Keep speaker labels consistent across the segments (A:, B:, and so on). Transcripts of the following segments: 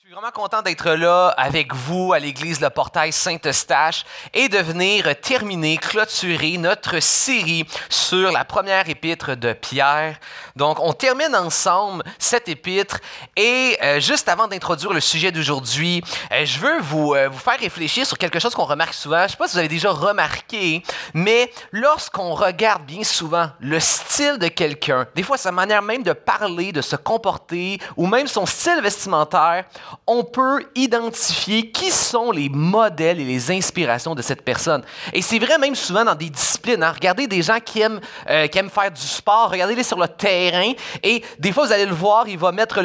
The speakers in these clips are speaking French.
A: Je suis vraiment content d'être là avec vous à l'église Le Portail Saint-Eustache et de venir terminer, clôturer notre série sur la première épître de Pierre. Donc, on termine ensemble cette épître et juste avant d'introduire le sujet d'aujourd'hui, je veux vous faire réfléchir sur quelque chose qu'on remarque souvent. Je ne sais pas si vous avez déjà remarqué, mais lorsqu'on regarde bien souvent le style de quelqu'un, des fois sa manière même de parler, de se comporter ou même son style vestimentaire, on peut identifier qui sont les modèles et les inspirations de cette personne. Et c'est vrai même souvent dans des disciplines. Hein? Regardez des gens qui aiment faire du sport, regardez-les sur le terrain et des fois vous allez le voir, il va mettre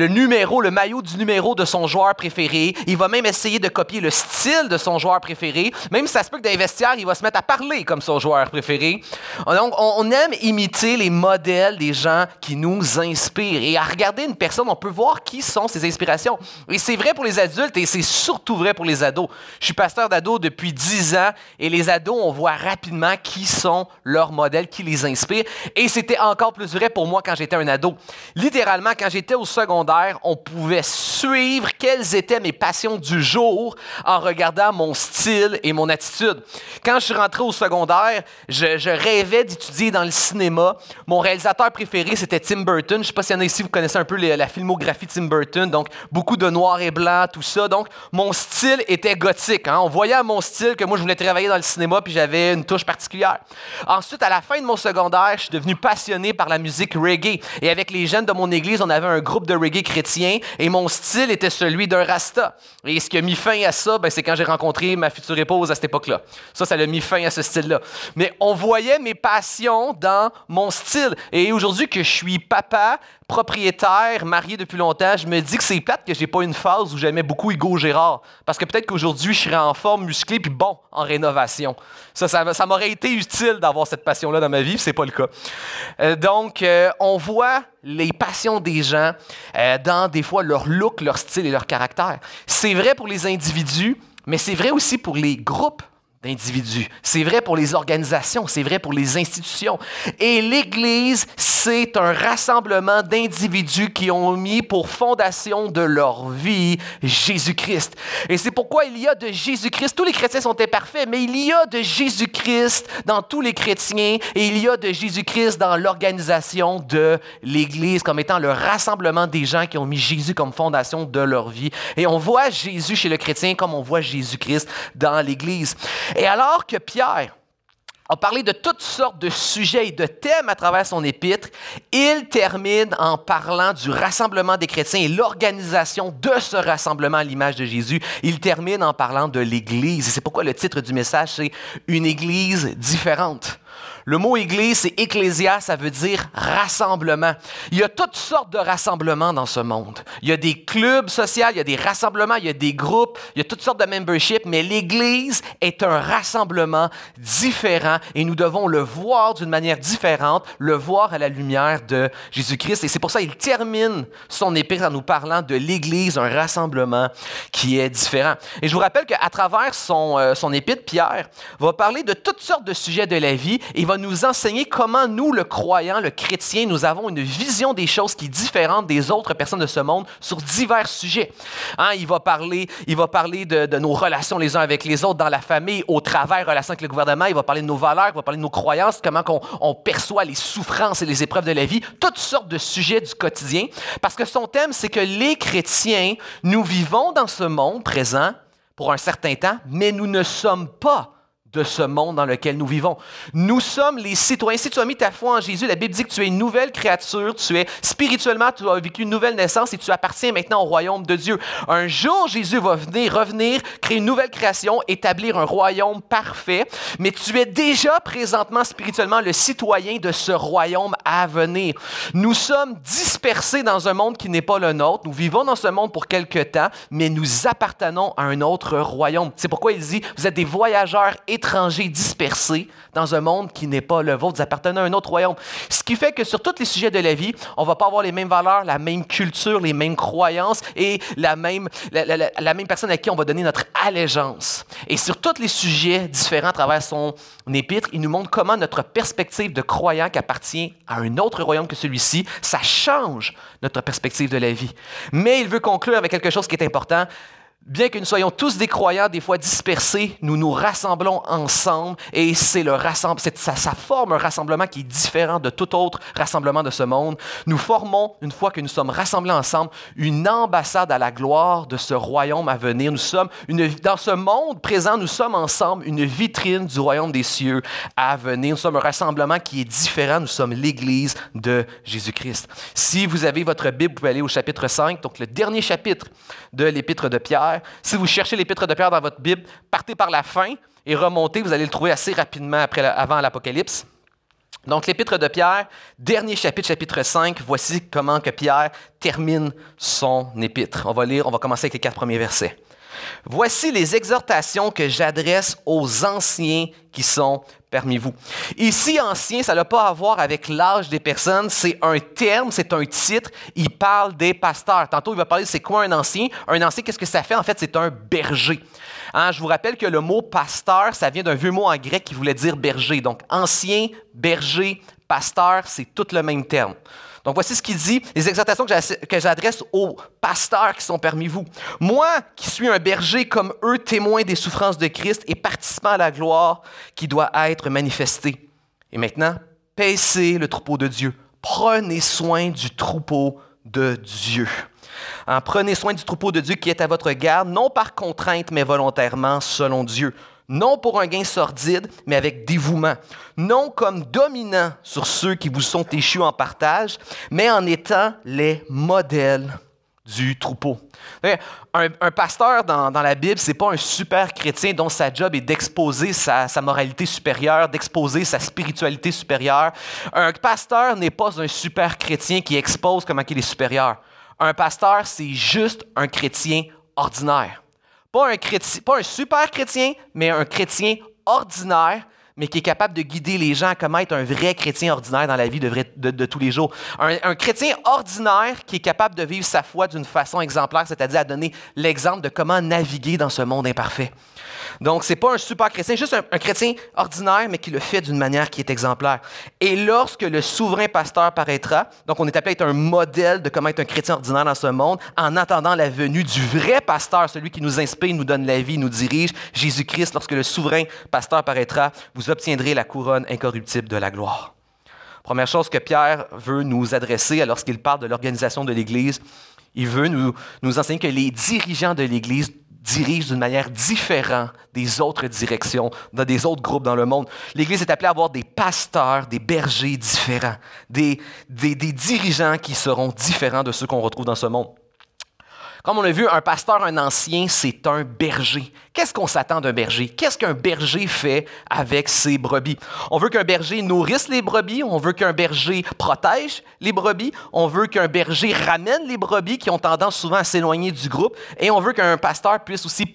A: le maillot du numéro de son joueur préféré. Il va même essayer de copier le style de son joueur préféré. Même si ça se peut que dans les vestiaires, il va se mettre à parler comme son joueur préféré. Donc, on aime imiter les modèles des gens qui nous inspirent. Et à regarder une personne, on peut voir qui sont ses inspirations. Et c'est vrai pour les adultes et c'est surtout vrai pour les ados. Je suis pasteur d'ados depuis 10 ans et les ados, on voit rapidement qui sont leurs modèles, qui les inspirent. Et c'était encore plus vrai pour moi quand j'étais un ado. Littéralement, quand j'étais au secondaire, on pouvait suivre quelles étaient mes passions du jour en regardant mon style et mon attitude. Quand je suis rentré au secondaire, je rêvais d'étudier dans le cinéma. Mon réalisateur préféré, c'était Tim Burton. Je ne sais pas s'il y en a ici, vous connaissez un peu la filmographie de Tim Burton. Donc, beaucoup de noir et blanc, tout ça. Donc, mon style était gothique. Hein? On voyait à mon style que moi, je voulais travailler dans le cinéma puis j'avais une touche particulière. Ensuite, à la fin de mon secondaire, je suis devenu passionné par la musique reggae. Et avec les jeunes de mon église, on avait un groupe de reggae chrétien et mon style était celui d'un rasta. Et ce qui a mis fin à ça, c'est quand j'ai rencontré ma future épouse à cette époque-là. Ça l'a mis fin à ce style-là. Mais on voyait mes passions dans mon style. Et aujourd'hui que je suis papa, propriétaire, marié depuis longtemps, je me dis que c'est plate que j'ai pas une phase où j'aimais beaucoup Hugo Gérard. Parce que peut-être qu'aujourd'hui, je serais en forme, musclé, puis bon, en rénovation. Ça m'aurait été utile d'avoir cette passion-là dans ma vie, puis c'est pas le cas. Donc, on voit les passions des gens dans des fois leur look, leur style et leur caractère. C'est vrai pour les individus, mais c'est vrai aussi pour les groupes d'individus. C'est vrai pour les organisations, c'est vrai pour les institutions. Et l'Église, c'est un rassemblement d'individus qui ont mis pour fondation de leur vie Jésus-Christ. Et c'est pourquoi il y a de Jésus-Christ. Tous les chrétiens sont imparfaits, mais il y a de Jésus-Christ dans tous les chrétiens et il y a de Jésus-Christ dans l'organisation de l'Église comme étant le rassemblement des gens qui ont mis Jésus comme fondation de leur vie. Et on voit Jésus chez le chrétien comme on voit Jésus-Christ dans l'Église. Et alors que Pierre a parlé de toutes sortes de sujets et de thèmes à travers son épître, il termine en parlant du rassemblement des chrétiens et l'organisation de ce rassemblement à l'image de Jésus. Il termine en parlant de l'Église. Et c'est pourquoi le titre du message, c'est « Une Église différente ». Le mot « église », c'est « ecclésia », ça veut dire « rassemblement ». Il y a toutes sortes de rassemblements dans ce monde. Il y a des clubs sociaux, il y a des rassemblements, il y a des groupes, il y a toutes sortes de membership, mais l'Église est un rassemblement différent et nous devons le voir d'une manière différente, le voir à la lumière de Jésus-Christ. Et c'est pour ça qu'il termine son épître en nous parlant de l'Église, un rassemblement qui est différent. Et je vous rappelle qu'à travers son épître, Pierre va parler de toutes sortes de sujets de la vie. Il va nous enseigner comment nous, le croyant, le chrétien, nous avons une vision des choses qui est différente des autres personnes de ce monde sur divers sujets. Hein, il va parler de nos relations les uns avec les autres dans la famille, au travers relations avec le gouvernement. Il va parler de nos valeurs, il va parler de nos croyances, comment on perçoit les souffrances et les épreuves de la vie, toutes sortes de sujets du quotidien. Parce que son thème, c'est que les chrétiens, nous vivons dans ce monde présent pour un certain temps, mais nous ne sommes pas de ce monde dans lequel nous vivons. Nous sommes les citoyens. Si tu as mis ta foi en Jésus, la Bible dit que tu es une nouvelle créature, tu es spirituellement, tu as vécu une nouvelle naissance et tu appartiens maintenant au royaume de Dieu. Un jour, Jésus va revenir, créer une nouvelle création, établir un royaume parfait, mais tu es déjà présentement spirituellement le citoyen de ce royaume à venir. Nous sommes dispersés dans un monde qui n'est pas le nôtre. Nous vivons dans ce monde pour quelque temps, mais nous appartenons à un autre royaume. C'est pourquoi il dit, vous êtes des voyageurs et étrangers dispersés dans un monde qui n'est pas le vôtre. Vous appartenez à un autre royaume. Ce qui fait que sur tous les sujets de la vie, on ne va pas avoir les mêmes valeurs, la même culture, les mêmes croyances et la même personne à qui on va donner notre allégeance. Et sur tous les sujets différents à travers son épître, il nous montre comment notre perspective de croyant qui appartient à un autre royaume que celui-ci, ça change notre perspective de la vie. Mais il veut conclure avec quelque chose qui est important. Bien que nous soyons tous des croyants, des fois dispersés, nous nous rassemblons ensemble et ça forme un rassemblement qui est différent de tout autre rassemblement de ce monde. Nous formons, une fois que nous sommes rassemblés ensemble, une ambassade à la gloire de ce royaume à venir. Dans ce monde présent, nous sommes ensemble une vitrine du royaume des cieux à venir. Nous sommes un rassemblement qui est différent. Nous sommes l'Église de Jésus-Christ. Si vous avez votre Bible, vous pouvez aller au chapitre 5, donc le dernier chapitre de l'Épître de Pierre. Si vous cherchez l'Épître de Pierre dans votre Bible, partez par la fin et remontez, vous allez le trouver assez rapidement avant l'Apocalypse. Donc, l'Épître de Pierre, dernier chapitre, chapitre 5, voici comment que Pierre termine son épître. On va commencer avec les 4 premiers versets. « Voici les exhortations que j'adresse aux anciens qui sont parmi vous. » Ici, ancien, ça n'a pas à voir avec l'âge des personnes, c'est un terme, c'est un titre. Il parle des pasteurs. Tantôt, il va parler de c'est quoi un ancien. Un ancien, qu'est-ce que ça fait? En fait, c'est un berger. Je vous rappelle que le mot pasteur, ça vient d'un vieux mot en grec qui voulait dire berger. Donc, ancien, berger, pasteur, c'est tout le même terme. Donc, voici ce qu'il dit, les exhortations que j'adresse aux pasteurs qui sont parmi vous. Moi, qui suis un berger comme eux, témoin des souffrances de Christ et participant à la gloire qui doit être manifestée. Et maintenant, paissez le troupeau de Dieu. Prenez soin du troupeau de Dieu. Prenez soin du troupeau de Dieu qui est à votre garde, non par contrainte, mais volontairement, selon Dieu. Non pour un gain sordide, mais avec dévouement. Non comme dominant sur ceux qui vous sont échus en partage, mais en étant les modèles du troupeau. Un pasteur dans la Bible, ce n'est pas un super chrétien dont sa job est d'exposer sa moralité supérieure, d'exposer sa spiritualité supérieure. Un pasteur n'est pas un super chrétien qui expose comment il est supérieur. Un pasteur, c'est juste un chrétien ordinaire. Pas un super chrétien, mais un chrétien ordinaire, mais qui est capable de guider les gens à comment être un vrai chrétien ordinaire dans la vie de tous les jours. Un chrétien ordinaire qui est capable de vivre sa foi d'une façon exemplaire, c'est-à-dire à donner l'exemple de comment naviguer dans ce monde imparfait. Donc, ce n'est pas un super chrétien, juste un chrétien ordinaire, mais qui le fait d'une manière qui est exemplaire. Et lorsque le souverain pasteur paraîtra, donc on est appelé à être un modèle de comment être un chrétien ordinaire dans ce monde, en attendant la venue du vrai pasteur, celui qui nous inspire, nous donne la vie, nous dirige, Jésus-Christ, lorsque le souverain pasteur paraîtra, vous obtiendrez la couronne incorruptible de la gloire. Première chose que Pierre veut nous adresser lorsqu'il parle de l'organisation de l'Église, il veut nous enseigner que les dirigeants de l'Église dirigent d'une manière différente des autres directions, dans des autres groupes dans le monde. L'Église est appelée à avoir des pasteurs, des bergers différents, des dirigeants qui seront différents de ceux qu'on retrouve dans ce monde. Comme on l'a vu, un pasteur, un ancien, c'est un berger. Qu'est-ce qu'on s'attend d'un berger? Qu'est-ce qu'un berger fait avec ses brebis? On veut qu'un berger nourrisse les brebis, on veut qu'un berger protège les brebis, on veut qu'un berger ramène les brebis qui ont tendance souvent à s'éloigner du groupe, et on veut qu'un pasteur puisse aussi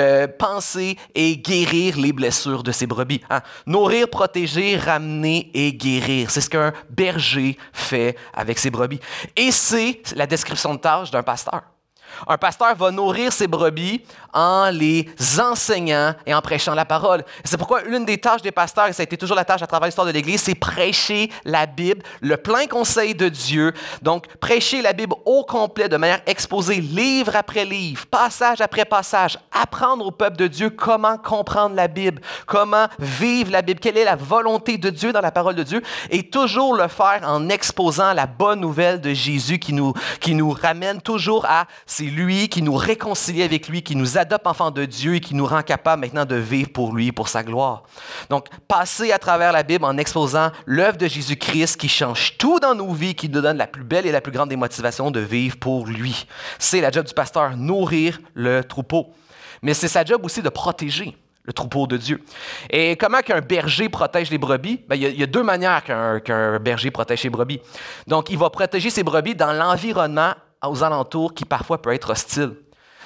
A: penser et guérir les blessures de ses brebis. Nourrir, protéger, ramener et guérir. C'est ce qu'un berger fait avec ses brebis. Et c'est la description de tâche d'un pasteur. Un pasteur va nourrir ses brebis en les enseignant et en prêchant la parole. C'est pourquoi l'une des tâches des pasteurs, et ça a été toujours la tâche à travers l'histoire de l'Église, c'est prêcher la Bible, le plein conseil de Dieu. Donc, prêcher la Bible au complet, de manière exposée, livre après livre, passage après passage, apprendre au peuple de Dieu comment comprendre la Bible, comment vivre la Bible, quelle est la volonté de Dieu dans la parole de Dieu, et toujours le faire en exposant la bonne nouvelle de Jésus qui nous ramène toujours à c'est lui qui nous réconcilie avec lui, qui nous adopte enfants de Dieu et qui nous rend capables maintenant de vivre pour lui, pour sa gloire. Donc, passer à travers la Bible en exposant l'œuvre de Jésus-Christ qui change tout dans nos vies, qui nous donne la plus belle et la plus grande des motivations de vivre pour lui. C'est la job du pasteur, nourrir le troupeau. Mais c'est sa job aussi de protéger le troupeau de Dieu. Et comment qu'un berger protège les brebis? Il y a deux manières qu'un berger protège ses brebis. Donc, il va protéger ses brebis dans l'environnement aux alentours qui parfois peut être hostile.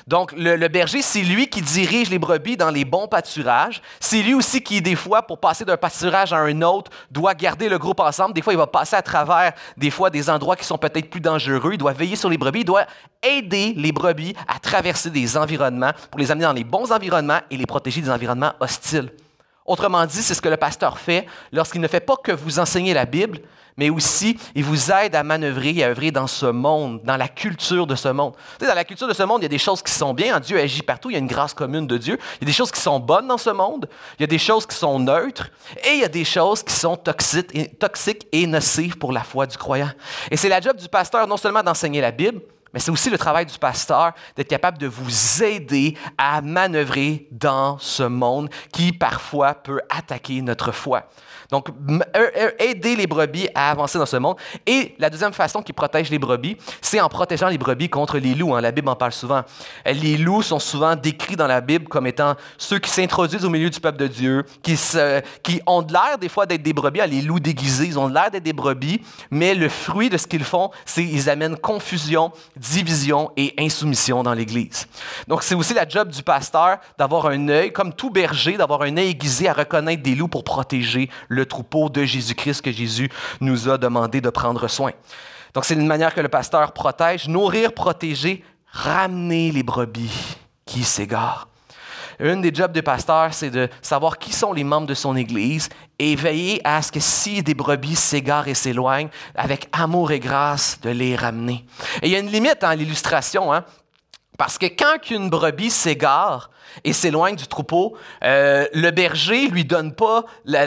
A: Donc, le berger, c'est lui qui dirige les brebis dans les bons pâturages. C'est lui aussi qui, des fois, pour passer d'un pâturage à un autre, doit garder le groupe ensemble. Des fois, il va passer à travers, des fois, des endroits qui sont peut-être plus dangereux. Il doit veiller sur les brebis. Il doit aider les brebis à traverser des environnements pour les amener dans les bons environnements et les protéger des environnements hostiles. Autrement dit, c'est ce que le pasteur fait lorsqu'il ne fait pas que vous enseigner la Bible, mais aussi, il vous aide à manœuvrer et à œuvrer dans ce monde, dans la culture de ce monde. Tu sais, dans la culture de ce monde, il y a des choses qui sont bien. Dieu agit partout. Il y a une grâce commune de Dieu. Il y a des choses qui sont bonnes dans ce monde. Il y a des choses qui sont neutres. Et il y a des choses qui sont toxiques et nocives pour la foi du croyant. Et c'est la job du pasteur non seulement d'enseigner la Bible, mais c'est aussi le travail du pasteur d'être capable de vous aider à manœuvrer dans ce monde qui parfois peut attaquer notre foi. Donc, aider les brebis à avancer dans ce monde. Et la deuxième façon qui protège les brebis, c'est en protégeant les brebis contre les loups. La Bible en parle souvent. Les loups sont souvent décrits dans la Bible comme étant ceux qui s'introduisent au milieu du peuple de Dieu, qui ont de l'air des fois d'être des brebis, les loups déguisés, ils ont de l'air d'être des brebis, mais le fruit de ce qu'ils font, c'est qu'ils amènent confusion, division et insoumission dans l'Église. Donc, c'est aussi la job du pasteur d'avoir un œil, comme tout berger, d'avoir un œil aiguisé à reconnaître des loups pour protéger le troupeau de Jésus-Christ que Jésus nous a demandé de prendre soin. Donc, c'est une manière que le pasteur protège, nourrir, protéger, ramener les brebis qui s'égarent. Une des jobs du pasteur, c'est de savoir qui sont les membres de son Église et veiller à ce que si des brebis s'égarent et s'éloignent, avec amour et grâce, de les ramener. Et il y a une limite à l'illustration, parce que quand une brebis s'égare et s'éloigne du troupeau, le berger lui donne pas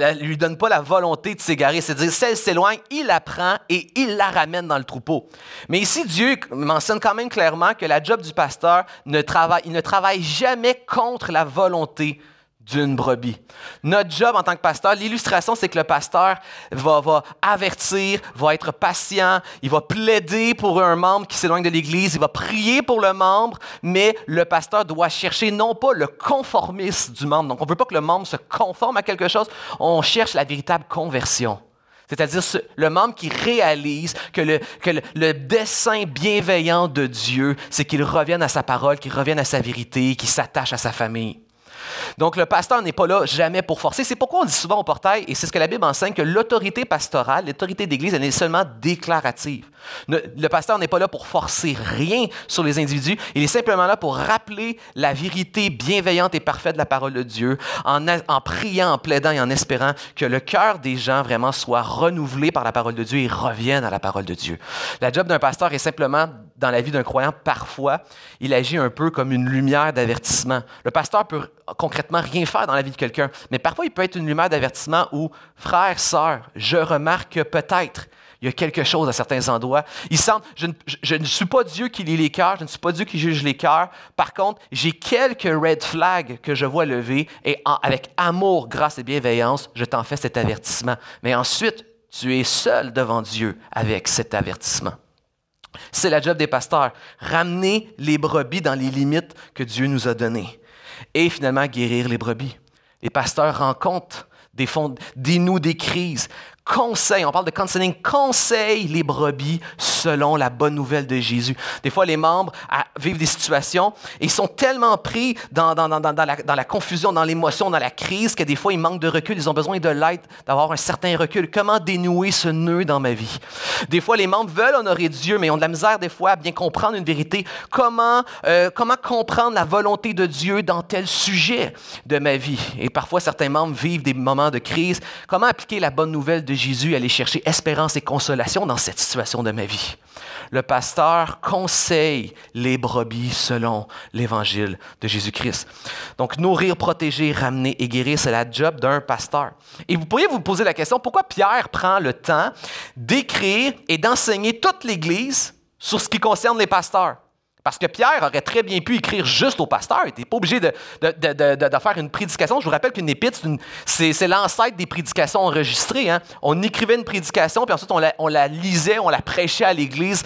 A: la volonté de s'égarer. C'est-à-dire, si elle s'éloigne, il la prend et il la ramène dans le troupeau. Mais ici, Dieu mentionne quand même clairement que la job du pasteur, il ne travaille jamais contre la volonté d'une brebis. Notre job en tant que pasteur, l'illustration, c'est que le pasteur va avertir, va être patient, il va plaider pour un membre qui s'éloigne de l'Église, il va prier pour le membre, mais le pasteur doit chercher non pas le conformisme du membre. Donc, on ne veut pas que le membre se conforme à quelque chose, on cherche la véritable conversion. C'est-à-dire le membre qui réalise que le dessein bienveillant de Dieu, c'est qu'il revienne à sa parole, qu'il revienne à sa vérité, qu'il s'attache à sa famille. Donc, le pasteur n'est pas là jamais pour forcer. C'est pourquoi on dit souvent au portail, et c'est ce que la Bible enseigne, que l'autorité pastorale, l'autorité d'Église, elle est seulement déclarative. Le pasteur n'est pas là pour forcer rien sur les individus. Il est simplement là pour rappeler la vérité bienveillante et parfaite de la parole de Dieu, en priant, en plaidant et en espérant que le cœur des gens vraiment soit renouvelé par la parole de Dieu et revienne à la parole de Dieu. La job d'un pasteur est simplement, dans la vie d'un croyant, parfois, il agit un peu comme une lumière d'avertissement. Le pasteur peut concrètement rien faire dans la vie de quelqu'un, mais parfois, il peut être une lumière d'avertissement où, frère, sœur, je remarque que peut-être il y a quelque chose à certains endroits. Il semble, je ne suis pas Dieu qui lit les cœurs, je ne suis pas Dieu qui juge les cœurs. Par contre, j'ai quelques red flags que je vois lever et avec amour, grâce et bienveillance, je t'en fais cet avertissement. Mais ensuite, tu es seul devant Dieu avec cet avertissement. C'est la job des pasteurs, ramener les brebis dans les limites que Dieu nous a données et finalement guérir les brebis. Les pasteurs rencontrent, dénouent des crises, conseillent, on parle de counseling, conseillent les brebis selon la bonne nouvelle de Jésus. Des fois, les membres vivent des situations et ils sont tellement pris dans la confusion, dans l'émotion, dans la crise, que des fois, ils manquent de recul, ils ont besoin de l'aide, d'avoir un certain recul. Comment dénouer ce nœud dans ma vie? Des fois, les membres veulent honorer Dieu, mais ont de la misère des fois à bien comprendre une vérité. Comment comprendre la volonté de Dieu dans tel sujet de ma vie? Et parfois, certains membres vivent des moments de crise. Comment appliquer la bonne nouvelle de Jésus, aller chercher espérance et consolation dans cette situation de ma vie? Le pasteur conseille les brebis selon l'évangile de Jésus-Christ. Donc, nourrir, protéger, ramener et guérir, c'est la job d'un pasteur. Et vous pourriez vous poser la question, pourquoi Pierre prend le temps d'écrire et d'enseigner toute l'Église sur ce qui concerne les pasteurs? Parce que Pierre aurait très bien pu écrire juste aux pasteurs. Il n'était pas obligé de faire une prédication. Je vous rappelle qu'une épître, c'est l'ancêtre des prédications enregistrées. On écrivait une prédication, puis ensuite on la lisait, on la prêchait à l'Église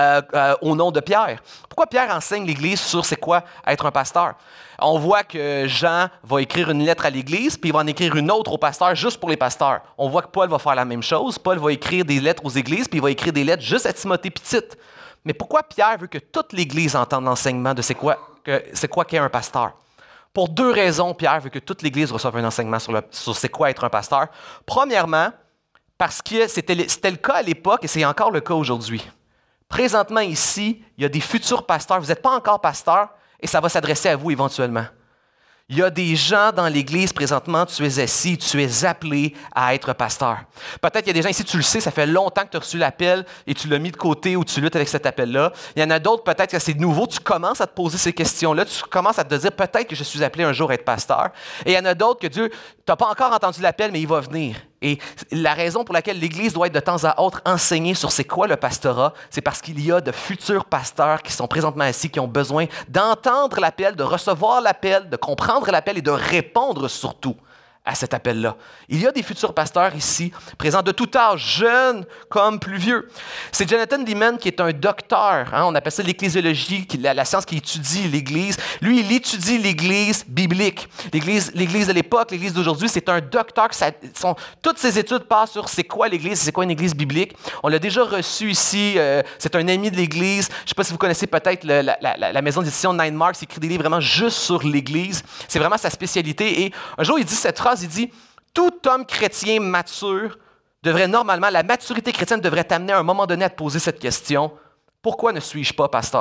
A: au nom de Pierre. Pourquoi Pierre enseigne l'Église sur c'est quoi être un pasteur? On voit que Jean va écrire une lettre à l'Église, puis il va en écrire une autre aux pasteurs juste pour les pasteurs. On voit que Paul va faire la même chose. Paul va écrire des lettres aux églises, puis il va écrire des lettres juste à Timothée puis Tite. Mais pourquoi Pierre veut que toute l'Église entende l'enseignement de c'est quoi qu'est un pasteur? Pour deux raisons, Pierre veut que toute l'Église reçoive un enseignement sur c'est quoi être un pasteur. Premièrement, parce que c'était le cas à l'époque et c'est encore le cas aujourd'hui. Présentement ici, il y a des futurs pasteurs. Vous n'êtes pas encore pasteur et ça va s'adresser à vous éventuellement. Il y a des gens dans l'Église présentement, tu es assis, tu es appelé à être pasteur. Peut-être qu'il y a des gens ici, tu le sais, ça fait longtemps que tu as reçu l'appel et tu l'as mis de côté ou tu luttes avec cet appel-là. Il y en a d'autres, peut-être que c'est nouveau, tu commences à te poser ces questions-là, tu commences à te dire peut-être que je suis appelé un jour à être pasteur. Et il y en a d'autres que Dieu, tu n'as pas encore entendu l'appel, mais il va venir. Et la raison pour laquelle l'Église doit être de temps à autre enseignée sur c'est quoi le pastorat, c'est parce qu'il y a de futurs pasteurs qui sont présentement assis, qui ont besoin d'entendre l'appel, de recevoir l'appel, de comprendre l'appel et de répondre surtout à cet appel-là. Il y a des futurs pasteurs ici, présents de tout âge, jeunes comme plus vieux. C'est Jonathan Leeman qui est un docteur, on appelle ça l'ecclésiologie, la science qui étudie l'Église. Lui, il étudie l'Église biblique. L'Église de l'époque, l'Église d'aujourd'hui, c'est un docteur. Toutes ses études passent sur c'est quoi l'Église, c'est quoi une Église biblique. On l'a déjà reçu ici, c'est un ami de l'Église. Je ne sais pas si vous connaissez peut-être la maison d'édition Nine Marks, il écrit des livres vraiment juste sur l'Église. C'est vraiment sa spécialité. Et un jour, il dit cette phrase, il dit « Tout homme chrétien mature devrait normalement, la maturité chrétienne devrait t'amener à un moment donné à te poser cette question. Pourquoi ne suis-je pas pasteur? »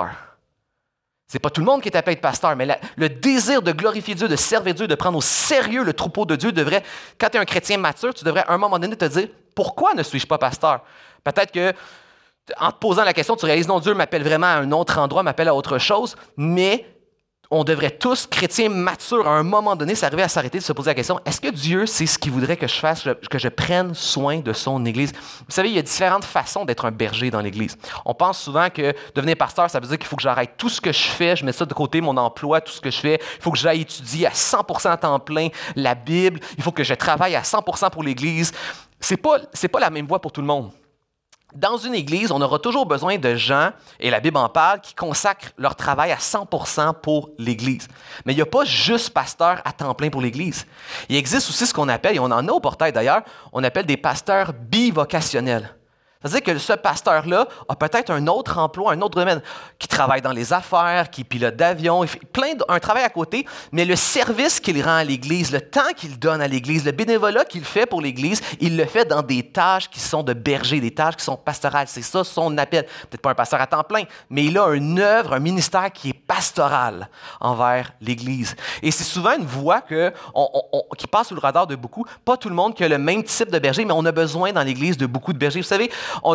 A: C'est pas tout le monde qui est appelé à être pasteur, mais le désir de glorifier Dieu, de servir Dieu, de prendre au sérieux le troupeau de Dieu devrait, quand tu es un chrétien mature, tu devrais à un moment donné te dire « Pourquoi ne suis-je pas pasteur? » Peut-être que en te posant la question, tu réalises « Non, Dieu m'appelle vraiment à un autre endroit, m'appelle à autre chose. » Mais on devrait tous, chrétiens matures, à un moment donné, s'arriver à s'arrêter de se poser la question, est-ce que Dieu sait ce qu'il voudrait que je fasse, que je prenne soin de son Église? Vous savez, il y a différentes façons d'être un berger dans l'Église. On pense souvent que devenir pasteur, ça veut dire qu'il faut que j'arrête tout ce que je fais, je mets ça de côté, mon emploi, tout ce que je fais. Il faut que j'aille étudier à 100% à temps plein la Bible. Il faut que je travaille à 100% pour l'Église. C'est pas la même voie pour tout le monde. Dans une église, on aura toujours besoin de gens, et la Bible en parle, qui consacrent leur travail à 100% pour l'église. Mais il n'y a pas juste pasteur à temps plein pour l'église. Il existe aussi ce qu'on appelle, et on en a au portail d'ailleurs, on appelle des pasteurs bivocationnels. C'est-à-dire que ce pasteur-là a peut-être un autre emploi, un autre domaine, qui travaille dans les affaires, qui pilote d'avion, il fait un travail à côté, mais le service qu'il rend à l'Église, le temps qu'il donne à l'Église, le bénévolat qu'il fait pour l'Église, il le fait dans des tâches qui sont de berger, des tâches qui sont pastorales. C'est ça son appel. Peut-être pas un pasteur à temps plein, mais il a une œuvre, un ministère qui est pastoral envers l'Église. Et c'est souvent une voie qui passe sous le radar de beaucoup. Pas tout le monde qui a le même type de berger, mais on a besoin dans l'Église de beaucoup de bergers. Vous savez,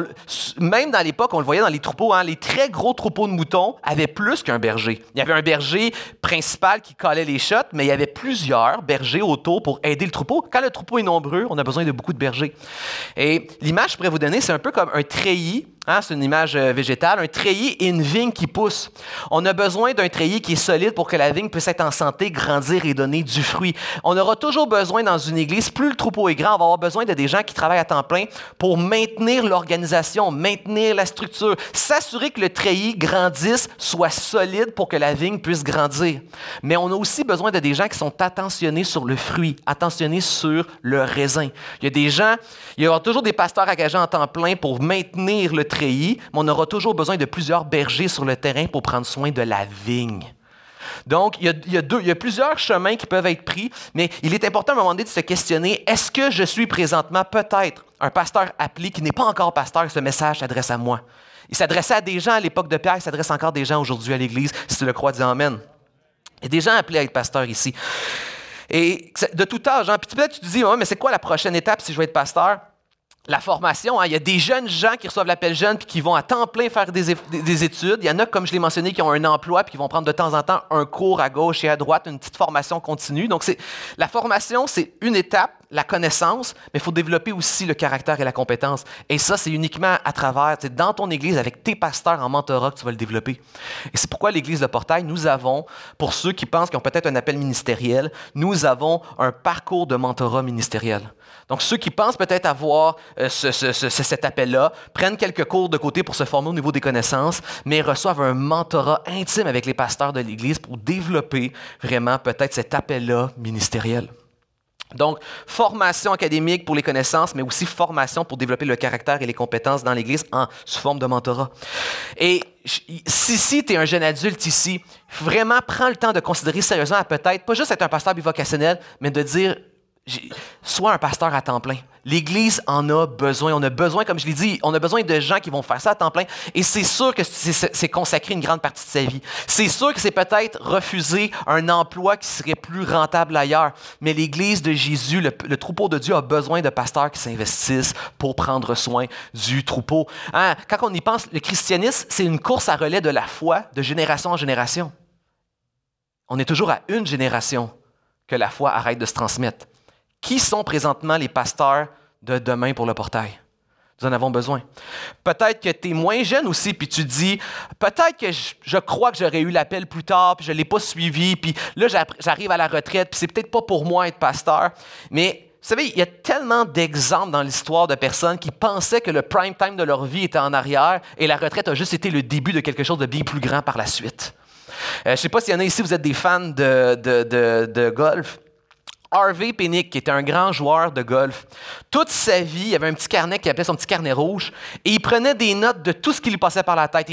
A: même dans l'époque, on le voyait dans les troupeaux, les très gros troupeaux de moutons avaient plus qu'un berger. Il y avait un berger principal qui collait les chottes, mais il y avait plusieurs bergers autour pour aider le troupeau. Quand le troupeau est nombreux, on a besoin de beaucoup de bergers. Et l'image que je pourrais vous donner, c'est un peu comme un treillis. C'est une image végétale, un treillis et une vigne qui pousse. On a besoin d'un treillis qui est solide pour que la vigne puisse être en santé, grandir et donner du fruit. On aura toujours besoin dans une église, plus le troupeau est grand, on va avoir besoin de des gens qui travaillent à temps plein pour maintenir l'organisation, maintenir la structure, s'assurer que le treillis grandisse, soit solide pour que la vigne puisse grandir. Mais on a aussi besoin de des gens qui sont attentionnés sur le fruit, attentionnés sur le raisin. Il y aura toujours des pasteurs engagés en temps plein pour maintenir le treillis, mais on aura toujours besoin de plusieurs bergers sur le terrain pour prendre soin de la vigne. Donc, il y a plusieurs chemins qui peuvent être pris, mais il est important à un moment donné de se questionner, est-ce que je suis présentement peut-être un pasteur appelé qui n'est pas encore pasteur, ce message s'adresse à moi? Il s'adressait à des gens à l'époque de Pierre, il s'adresse encore à des gens aujourd'hui à l'Église. Si tu le crois, dis Amen. Il y a des gens appelés à être pasteurs ici. Et de tout âge, puis peut-être tu te dis, mais c'est quoi la prochaine étape si je veux être pasteur? La formation, il y a des jeunes gens qui reçoivent l'appel jeune puis qui vont à temps plein faire des études. Il y en a, comme je l'ai mentionné, qui ont un emploi puis qui vont prendre de temps en temps un cours à gauche et à droite, une petite formation continue. Donc, la formation, c'est une étape, la connaissance, mais il faut développer aussi le caractère et la compétence. Et ça, c'est uniquement à travers, dans ton église, avec tes pasteurs en mentorat que tu vas le développer. Et c'est pourquoi l'Église de Portail, nous avons, pour ceux qui pensent qu'ils ont peut-être un appel ministériel, nous avons un parcours de mentorat ministériel. Donc, ceux qui pensent peut-être avoir cet appel-là prennent quelques cours de côté pour se former au niveau des connaissances, mais reçoivent un mentorat intime avec les pasteurs de l'Église pour développer vraiment peut-être cet appel-là ministériel. Donc, formation académique pour les connaissances, mais aussi formation pour développer le caractère et les compétences dans l'Église sous forme de mentorat. Et si tu es un jeune adulte ici, vraiment prends le temps de considérer sérieusement à peut-être, pas juste être un pasteur bivocationnel, mais de dire, sois un pasteur à temps plein. L'Église en a besoin. On a besoin, comme je l'ai dit, on a besoin de gens qui vont faire ça à temps plein. Et c'est sûr que c'est consacrer une grande partie de sa vie. C'est sûr que c'est peut-être refuser un emploi qui serait plus rentable ailleurs. Mais l'Église de Jésus, le troupeau de Dieu a besoin de pasteurs qui s'investissent pour prendre soin du troupeau. Hein? Quand on y pense, le christianisme, c'est une course à relais de la foi de génération en génération. On est toujours à une génération que la foi arrête de se transmettre. Qui sont présentement les pasteurs de demain pour le portail? Nous en avons besoin. Peut-être que tu es moins jeune aussi, puis tu te dis, peut-être que je crois que j'aurais eu l'appel plus tard, puis je ne l'ai pas suivi, puis là, j'arrive à la retraite, puis c'est peut-être pas pour moi être pasteur. Mais vous savez, il y a tellement d'exemples dans l'histoire de personnes qui pensaient que le prime time de leur vie était en arrière et la retraite a juste été le début de quelque chose de bien plus grand par la suite. Je ne sais pas s'il y en a ici, vous êtes des fans de golf. Harvey Penick, qui était un grand joueur de golf, toute sa vie, il avait un petit carnet qu'il appelait son petit carnet rouge, et il prenait des notes de tout ce qui lui passait par la tête.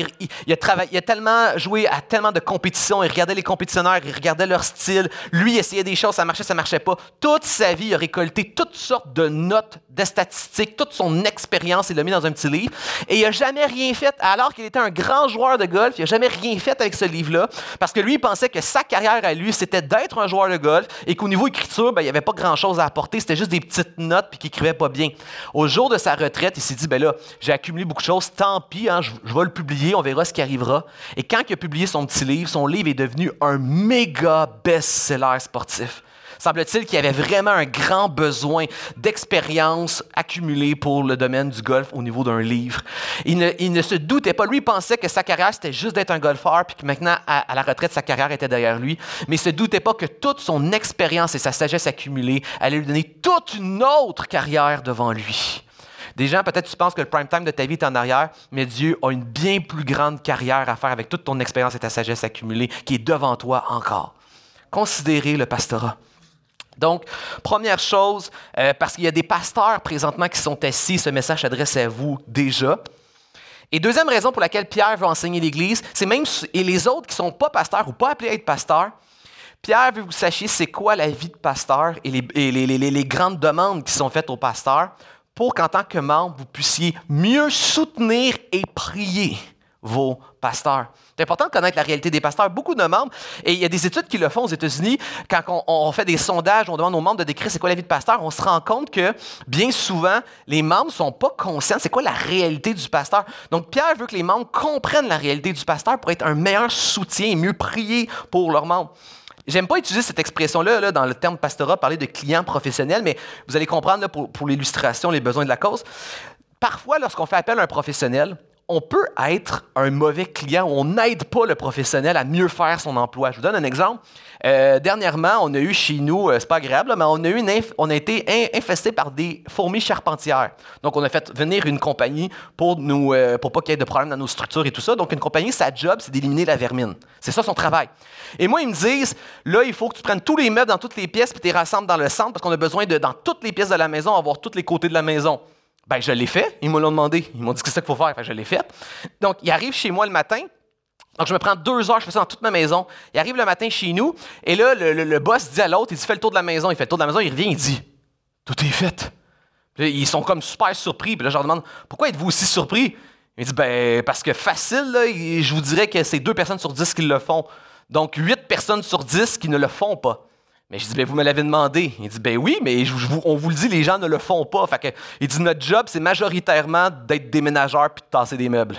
A: Il a tellement joué à tellement de compétitions, il regardait les compétitionneurs, il regardait leur style, lui, il essayait des choses, ça marchait pas. Toute sa vie, il a récolté toutes sortes de notes, de statistiques, toute son expérience, il l'a mis dans un petit livre, et il n'a jamais rien fait, alors qu'il était un grand joueur de golf, il n'a jamais rien fait avec ce livre-là, parce que lui, il pensait que sa carrière à lui, c'était d'être un joueur de golf, et qu'au niveau écriture, il n'y avait pas grand-chose à apporter, c'était juste des petites notes puis qu'il n'écrivait pas bien. Au jour de sa retraite, il s'est dit, ben là, j'ai accumulé beaucoup de choses, tant pis, hein, je vais le publier, on verra ce qui arrivera. Et quand il a publié son petit livre, son livre est devenu un méga best-seller sportif. Semble-t-il qu'il y avait vraiment un grand besoin d'expérience accumulée pour le domaine du golf au niveau d'un livre. Il ne se doutait pas. Lui, il pensait que sa carrière, c'était juste d'être un golfeur, puis que maintenant, à la retraite, sa carrière était derrière lui. Mais il ne se doutait pas que toute son expérience et sa sagesse accumulée allaient lui donner toute une autre carrière devant lui. Des gens, peut-être tu penses que le prime time de ta vie est en arrière, mais Dieu a une bien plus grande carrière à faire avec toute ton expérience et ta sagesse accumulée qui est devant toi encore. Considérez le pastorat. Donc, première chose, parce qu'il y a des pasteurs présentement qui sont assis, ce message s'adresse à vous déjà. Et deuxième raison pour laquelle Pierre veut enseigner l'Église, c'est même, et les autres qui ne sont pas pasteurs ou pas appelés à être pasteurs, Pierre veut que vous sachiez c'est quoi la vie de pasteur et les grandes demandes qui sont faites aux pasteurs pour qu'en tant que membre, vous puissiez mieux soutenir et prier vos pasteurs. C'est important de connaître la réalité des pasteurs. Beaucoup de membres, et il y a des études qui le font aux États-Unis, quand on fait des sondages, on demande aux membres de décrire c'est quoi la vie de pasteur, on se rend compte que bien souvent, les membres ne sont pas conscients c'est quoi la réalité du pasteur. Donc, Pierre veut que les membres comprennent la réalité du pasteur pour être un meilleur soutien et mieux prier pour leurs membres. J'aime pas utiliser cette expression-là dans le terme pastorat, parler de client professionnel, mais vous allez comprendre là, pour l'illustration, les besoins de la cause. Parfois, lorsqu'on fait appel à un professionnel, on peut être un mauvais client ou on n'aide pas le professionnel à mieux faire son emploi. Je vous donne un exemple. Dernièrement, on a eu chez nous, c'est pas agréable, là, mais on a été infesté par des fourmis charpentières. Donc, on a fait venir une compagnie pour pas qu'il y ait de problème dans nos structures et tout ça. Donc, une compagnie, sa job, c'est d'éliminer la vermine. C'est ça son travail. Et moi, ils me disent, là, il faut que tu prennes tous les meubles dans toutes les pièces puis tu les rassembles dans le centre parce qu'on a besoin dans toutes les pièces de la maison, avoir tous les côtés de la maison. Ben, je l'ai fait. Ils me l'ont demandé. Ils m'ont dit que c'est ça qu'il faut faire. Fait que je l'ai fait. Donc, il arrive chez moi le matin. Donc, je me prends 2 heures. Je fais ça dans toute ma maison. Il arrive le matin chez nous. Et là, le boss dit à l'autre, il dit, fais le tour de la maison. Il fait le tour de la maison. Il revient, il dit, tout est fait. Puis là, ils sont comme super surpris. Puis là, je leur demande, pourquoi êtes-vous aussi surpris? Il dit, ben, parce que facile, là, je vous dirais que c'est 2 personnes sur 10 qui le font. Donc, 8 personnes sur 10 qui ne le font pas. Mais je dis, ben, vous me l'avez demandé. Il dit, ben oui, mais on vous le dit, les gens ne le font pas. Fait que, il dit, notre job, c'est majoritairement d'être déménageurs puis de tasser des meubles.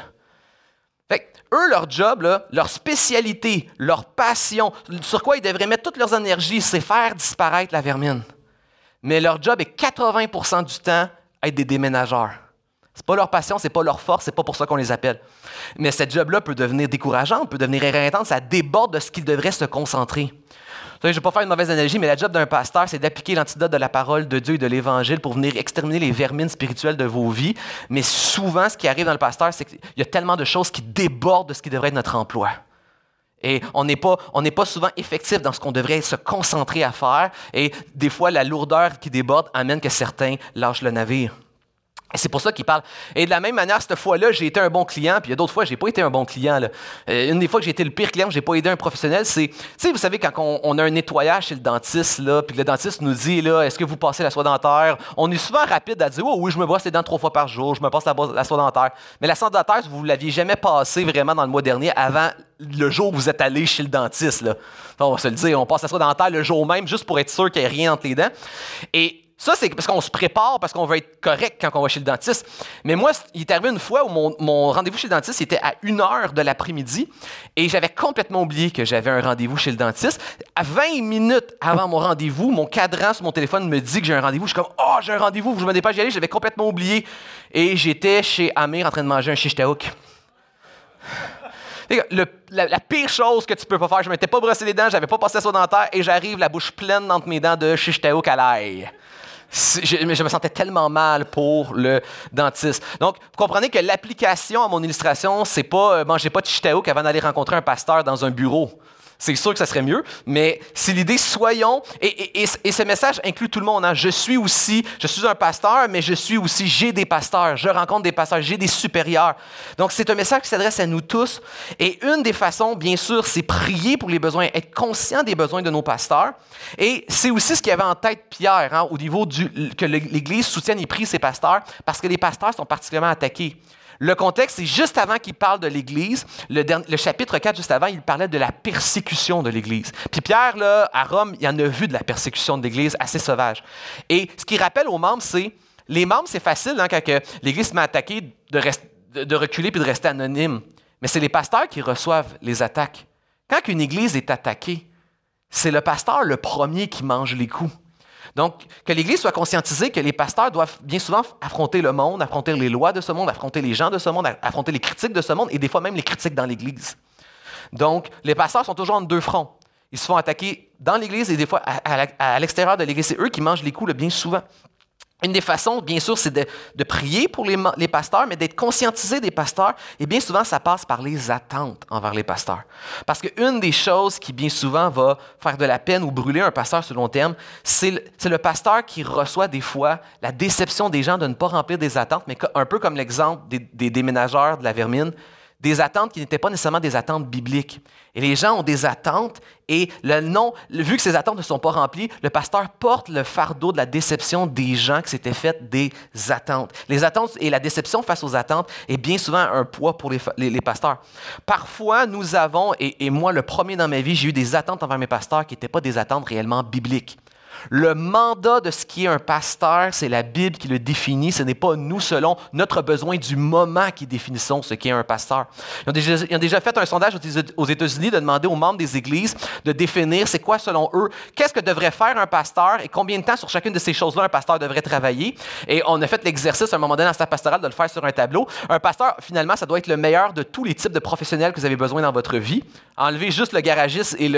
A: Fait que, eux, leur job, là, leur spécialité, leur passion, sur quoi ils devraient mettre toute leur énergie, c'est faire disparaître la vermine. Mais leur job est 80% du temps être des déménageurs. C'est pas leur passion, c'est pas leur force, c'est pas pour ça qu'on les appelle. Mais cette job-là peut devenir décourageante, peut devenir éreintante, ça déborde de ce qu'ils devraient se concentrer. Je ne vais pas faire une mauvaise analogie, mais la job d'un pasteur, c'est d'appliquer l'antidote de la parole de Dieu et de l'Évangile pour venir exterminer les vermines spirituelles de vos vies. Mais souvent, ce qui arrive dans le pasteur, c'est qu'il y a tellement de choses qui débordent de ce qui devrait être notre emploi. Et on n'est pas souvent effectif dans ce qu'on devrait se concentrer à faire. Et des fois, la lourdeur qui déborde amène que certains lâchent le navire. Et c'est pour ça qu'il parle. Et de la même manière, cette fois-là, j'ai été un bon client, puis il y a d'autres fois, je n'ai pas été un bon client. Là. Une des fois que j'ai été le pire client, je n'ai pas aidé un professionnel, c'est, tu sais, vous savez, quand on a un nettoyage chez le dentiste, là, puis le dentiste nous dit, là, est-ce que vous passez la soie dentaire? On est souvent rapide à dire, oh oui, je me brosse les dents 3 fois par jour, je me passe la soie dentaire. Mais la soie dentaire, vous ne l'aviez jamais passée vraiment dans le mois dernier avant le jour où vous êtes allé chez le dentiste. Là. On va se le dire, on passe la soie dentaire le jour même, juste pour être sûr qu'il n'y ait rien entre les dents. Et ça, c'est parce qu'on se prépare, parce qu'on veut être correct quand on va chez le dentiste. Mais moi, il est arrivé une fois où mon rendez-vous chez le dentiste était à 1h de l'après-midi et j'avais complètement oublié que j'avais un rendez-vous chez le dentiste. À 20 minutes avant mon rendez-vous, mon cadran sur mon téléphone me dit que j'ai un rendez-vous. Je suis comme « Oh, j'ai un rendez-vous, je me dépêche d'y aller. » J'avais complètement oublié. Et j'étais chez Amir en train de manger un shish taouk. La pire chose que tu peux pas faire, je ne m'étais pas brossé les dents, je n'avais pas passé la soie dentaire et j'arrive la bouche pleine entre mes dents de shish taouk à l'ail. Je me sentais tellement mal pour le dentiste. Donc, vous comprenez que l'application à mon illustration, c'est pas mangez pas de shish taouk avant d'aller rencontrer un pasteur dans un bureau. C'est sûr que ça serait mieux, mais c'est l'idée, soyons, et ce message inclut tout le monde. Hein. Je suis un pasteur, mais j'ai des pasteurs, je rencontre des pasteurs, j'ai des supérieurs. Donc, c'est un message qui s'adresse à nous tous. Et une des façons, bien sûr, c'est prier pour les besoins, être conscient des besoins de nos pasteurs. Et c'est aussi ce qu'il y avait en tête Pierre, hein, au niveau que l'Église soutienne et prie ses pasteurs, parce que les pasteurs sont particulièrement attaqués. Le contexte, c'est juste avant qu'il parle de l'Église, le chapitre 4, juste avant, il parlait de la persécution de l'Église. Puis Pierre, là, à Rome, il en a vu de la persécution de l'Église assez sauvage. Et ce qu'il rappelle aux membres, les membres, c'est facile hein, quand l'Église se met à attaquer de reculer puis de rester anonyme. Mais c'est les pasteurs qui reçoivent les attaques. Quand une Église est attaquée, c'est le pasteur le premier qui mange les coups. Donc, que l'Église soit conscientisée que les pasteurs doivent bien souvent affronter le monde, affronter les lois de ce monde, affronter les gens de ce monde, affronter les critiques de ce monde et des fois même les critiques dans l'Église. Donc, les pasteurs sont toujours en deux fronts. Ils se font attaquer dans l'Église et des fois à l'extérieur de l'Église. C'est eux qui mangent les coups le bien souvent. Une des façons, bien sûr, c'est de prier pour les pasteurs, mais d'être conscientisé des pasteurs. Et bien souvent, ça passe par les attentes envers les pasteurs. Parce qu'une des choses qui, bien souvent, va faire de la peine ou brûler un pasteur sur le long terme, c'est le pasteur qui reçoit des fois la déception des gens de ne pas remplir des attentes, mais un peu comme l'exemple des déménageurs de la Vermine, des attentes qui n'étaient pas nécessairement des attentes bibliques. Et les gens ont des attentes et vu que ces attentes ne sont pas remplies, le pasteur porte le fardeau de la déception des gens qui s'étaient fait des attentes. Les attentes et la déception face aux attentes est bien souvent un poids pour les pasteurs. Parfois, nous avons, et moi le premier dans ma vie, j'ai eu des attentes envers mes pasteurs qui n'étaient pas des attentes réellement bibliques. Le mandat de ce qui est un pasteur, c'est la Bible qui le définit. Ce n'est pas nous, selon notre besoin du moment, qui définissons ce qui est un pasteur. Ils ont déjà fait un sondage aux États-Unis de demander aux membres des églises de définir c'est quoi, selon eux, qu'est-ce que devrait faire un pasteur et combien de temps sur chacune de ces choses-là un pasteur devrait travailler. Et on a fait l'exercice à un moment donné dans staff pastoral de le faire sur un tableau. Un pasteur, finalement, ça doit être le meilleur de tous les types de professionnels que vous avez besoin dans votre vie. Enlevez juste le garagiste et